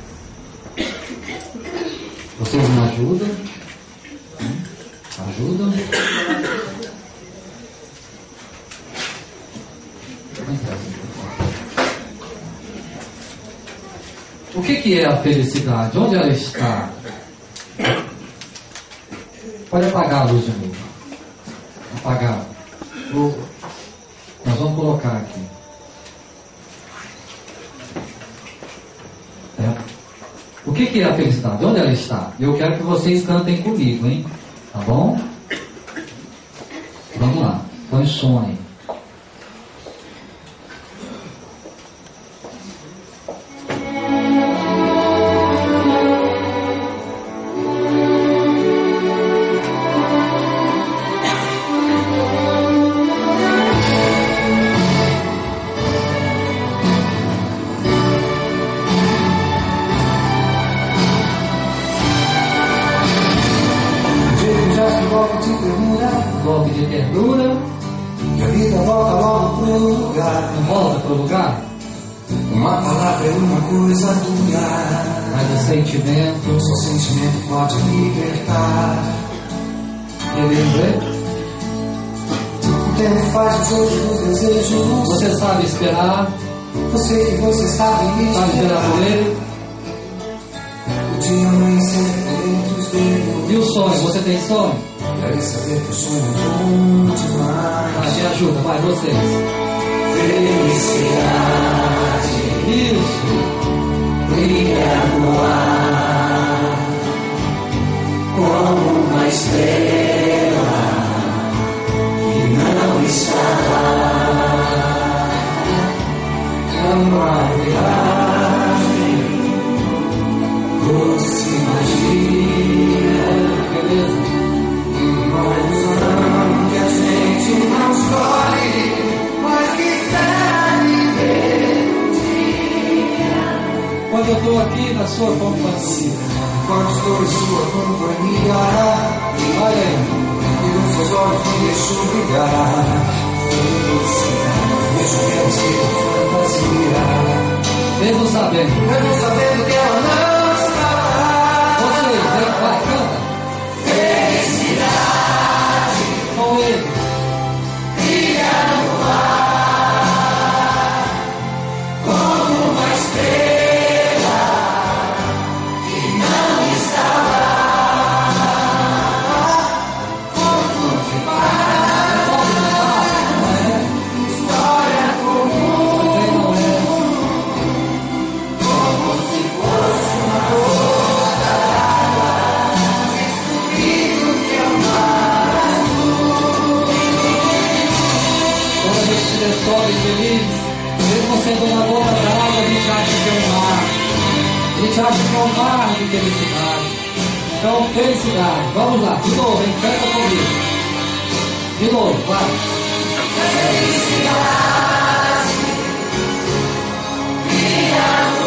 Vocês me ajudam? Hum? Ajudam? O que, que é a felicidade? Onde ela está? Pode apagar a luz de novo. Apagar. O, nós vamos colocar aqui. É. O que, que é a felicidade? Onde ela está? Eu quero que vocês cantem comigo, hein? Tá bom? Vamos lá. Põe som aí. Golpe de ternura. E a vida volta logo pro lugar. Não volta pro lugar? Uma palavra é uma coisa dura, Mas o sentimento, só sentimento pode libertar. Queremos ver? O tempo faz os hoje dos desejos. Você sabe esperar. Você que você sabe me Sabe esperar por ele. O dia amanhecer entre os dedos. E o sonho? Você tem sonho? Quero saber que o sonho é bom demais. Ah, me ajuda, vai, vocês. Felicidade. Isso. Brilha no ar como uma estrela que não está lá. É uma viagem, você imagina, Beleza. uma ilusão que a gente não escolhe, mas que espera viver. Quando eu estou aqui na sua companhia, Quando estou em sua companhia, olha aí, e nos seus olhos me deixo brilhar. Felicidade, vejo que é um ser fantasia. mesmo sabendo. Mesmo sabendo que ela não está lá. Vocês, vem, vai, canta. Felicidade, Com ele. brilha no ar, como uma estrela que não está lá. Como que história comum, Também não é. como se fosse uma gota d'água, descobrindo que é o mar. Quando a gente se descobre feliz, mesmo sendo uma gota d'água, a gente acha que é um mar. A gente acha que é um mar de felicidade. Então, felicidade. Vamos lá, de novo, hein? Canta comigo. De novo, vai. Felicidade, brilha no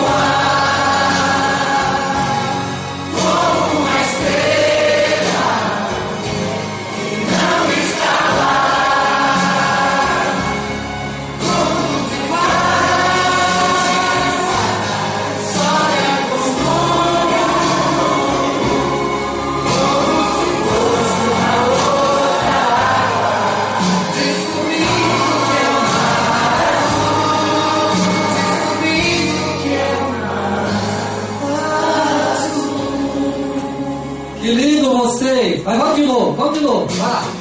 ar, como uma estrela que não está lá. Como que faz, sonha comum, como se fosse uma outra água, descobrindo que é o mar azul, descobrindo que é o mar azul. Que lindo vocês! Vai, vamos de novo, vamos de novo. Vai lá.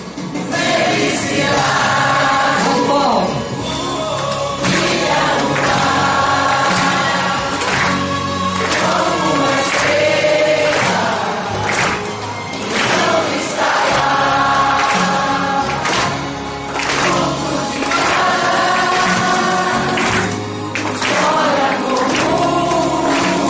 Felicidade, Vamos, Paulo. brilha no ar, como uma estrela que não está lá. Como de mar, história comum,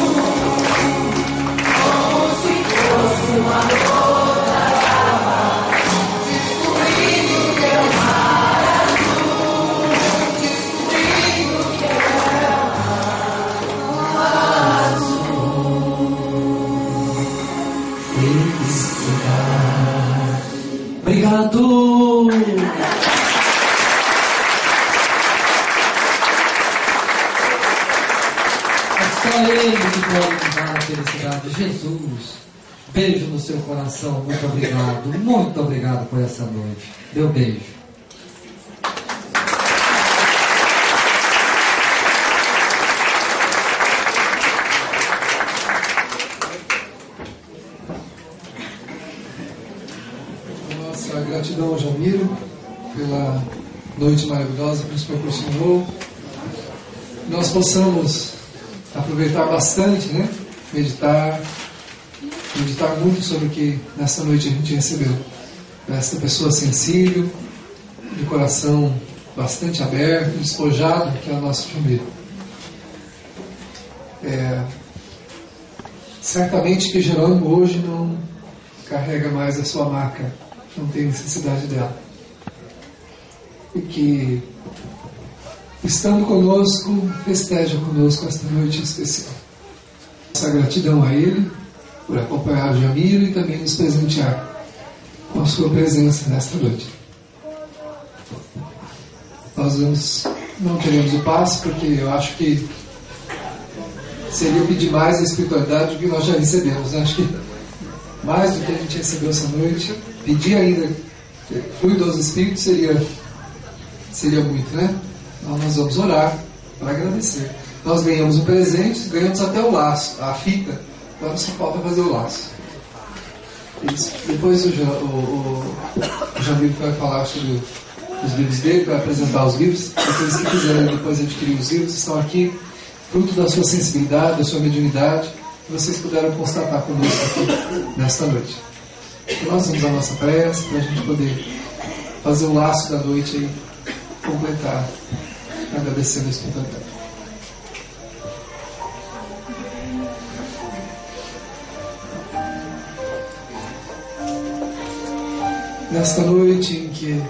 como se fosse uma gota d'água, descobrindo que é o mar azul, descobrindo que é o mar azul. Felicidade. Obrigado! É só Ele que pode nos dar a felicidade. Jesus, beijo no seu coração. Muito obrigado. Muito obrigado por essa noite. Meu beijo. Nossa gratidão ao Jamiro pela noite maravilhosa que nos proporcionou. Nós possamos aproveitar bastante, né? Meditar, meditar muito sobre o que nessa noite a gente recebeu. Essa pessoa sensível, de coração bastante aberto, despojado, que é o nosso Jamiro. É, certamente que Jerônimo hoje não carrega mais a sua marca, não tem necessidade dela. E que, estando conosco, festeja conosco esta noite especial. Nossa gratidão a ele por acompanhar o Jamiro e também nos presentear com a sua presença nesta noite. Nós vamos, não queremos o passe, porque eu acho que seria pedir mais a espiritualidade do que nós já recebemos. Acho que mais do que a gente recebeu essa noite. Pedir ainda fruto dos Espíritos seria, seria muito, né? Então nós vamos orar para agradecer. Nós ganhamos um presente, ganhamos até o laço, a fita. Agora só falta fazer o laço. Isso. Depois o, o, o, o Jamil vai falar sobre os livros dele, vai apresentar os livros. Aqueles que quiserem depois adquirir os livros estão aqui, fruto da sua sensibilidade, da sua mediunidade, que vocês puderam constatar conosco aqui nesta noite. Então nós vamos à nossa prece para a gente poder fazer o laço da noite e completar, agradecendo a espontaneidade. Nesta noite em que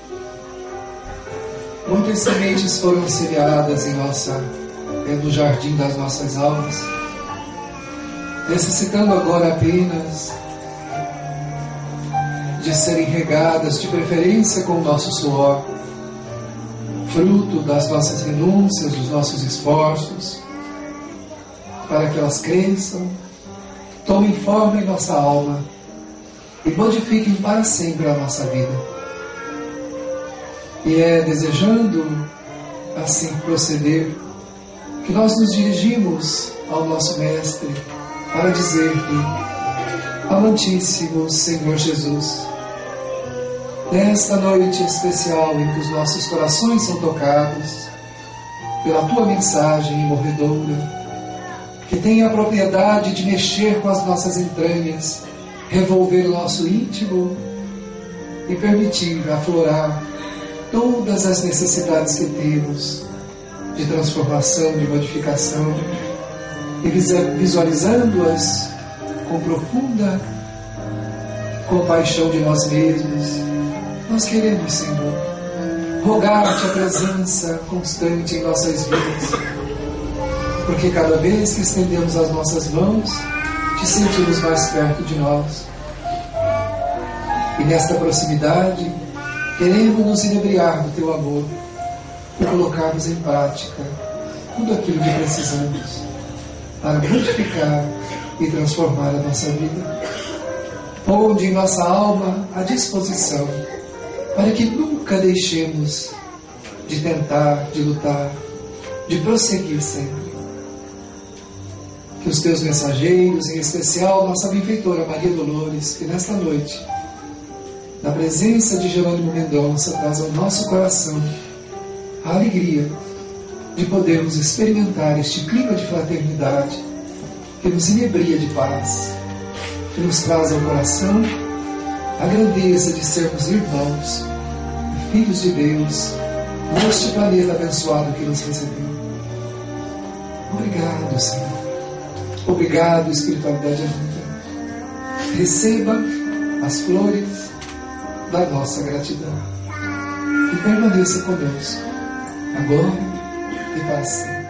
muitas sementes foram semeadas em nossa, no jardim das nossas almas, necessitando agora apenas de serem regadas, de preferência com o nosso suor, fruto das nossas renúncias, dos nossos esforços, para que elas cresçam, tomem forma em nossa alma e modifiquem para sempre a nossa vida. E é desejando assim proceder que nós nos dirigimos ao nosso Mestre para dizer-lhe: amantíssimo Senhor Jesus, nesta noite especial em que os nossos corações são tocados pela Tua mensagem imorredoura, que tem a propriedade de mexer com as nossas entranhas, revolver o nosso íntimo e permitir aflorar todas as necessidades que temos de transformação, de modificação, e visualizando-as com profunda compaixão de nós mesmos, nós queremos, Senhor, rogar-te a presença constante em nossas vidas, porque cada vez que estendemos as nossas mãos, te sentimos mais perto de nós. E nesta proximidade, queremos nos inebriar do teu amor e colocarmos em prática tudo aquilo que precisamos para modificar e transformar a nossa vida. Ponde em nossa alma a disposição para que nunca deixemos de tentar, de lutar, de prosseguir sempre. Que os teus mensageiros, em especial nossa benfeitora Maria Dolores, que nesta noite, na presença de Jerônimo Mendonça, traz ao nosso coração a alegria de podermos experimentar este clima de fraternidade que nos inebria de paz, que nos traz ao coração a grandeza de sermos irmãos e filhos de Deus neste planeta abençoado que nos recebeu. Obrigado, Senhor. Obrigado, espiritualidade amiga. Receba as flores da nossa gratidão e permaneça conosco, agora e para sempre.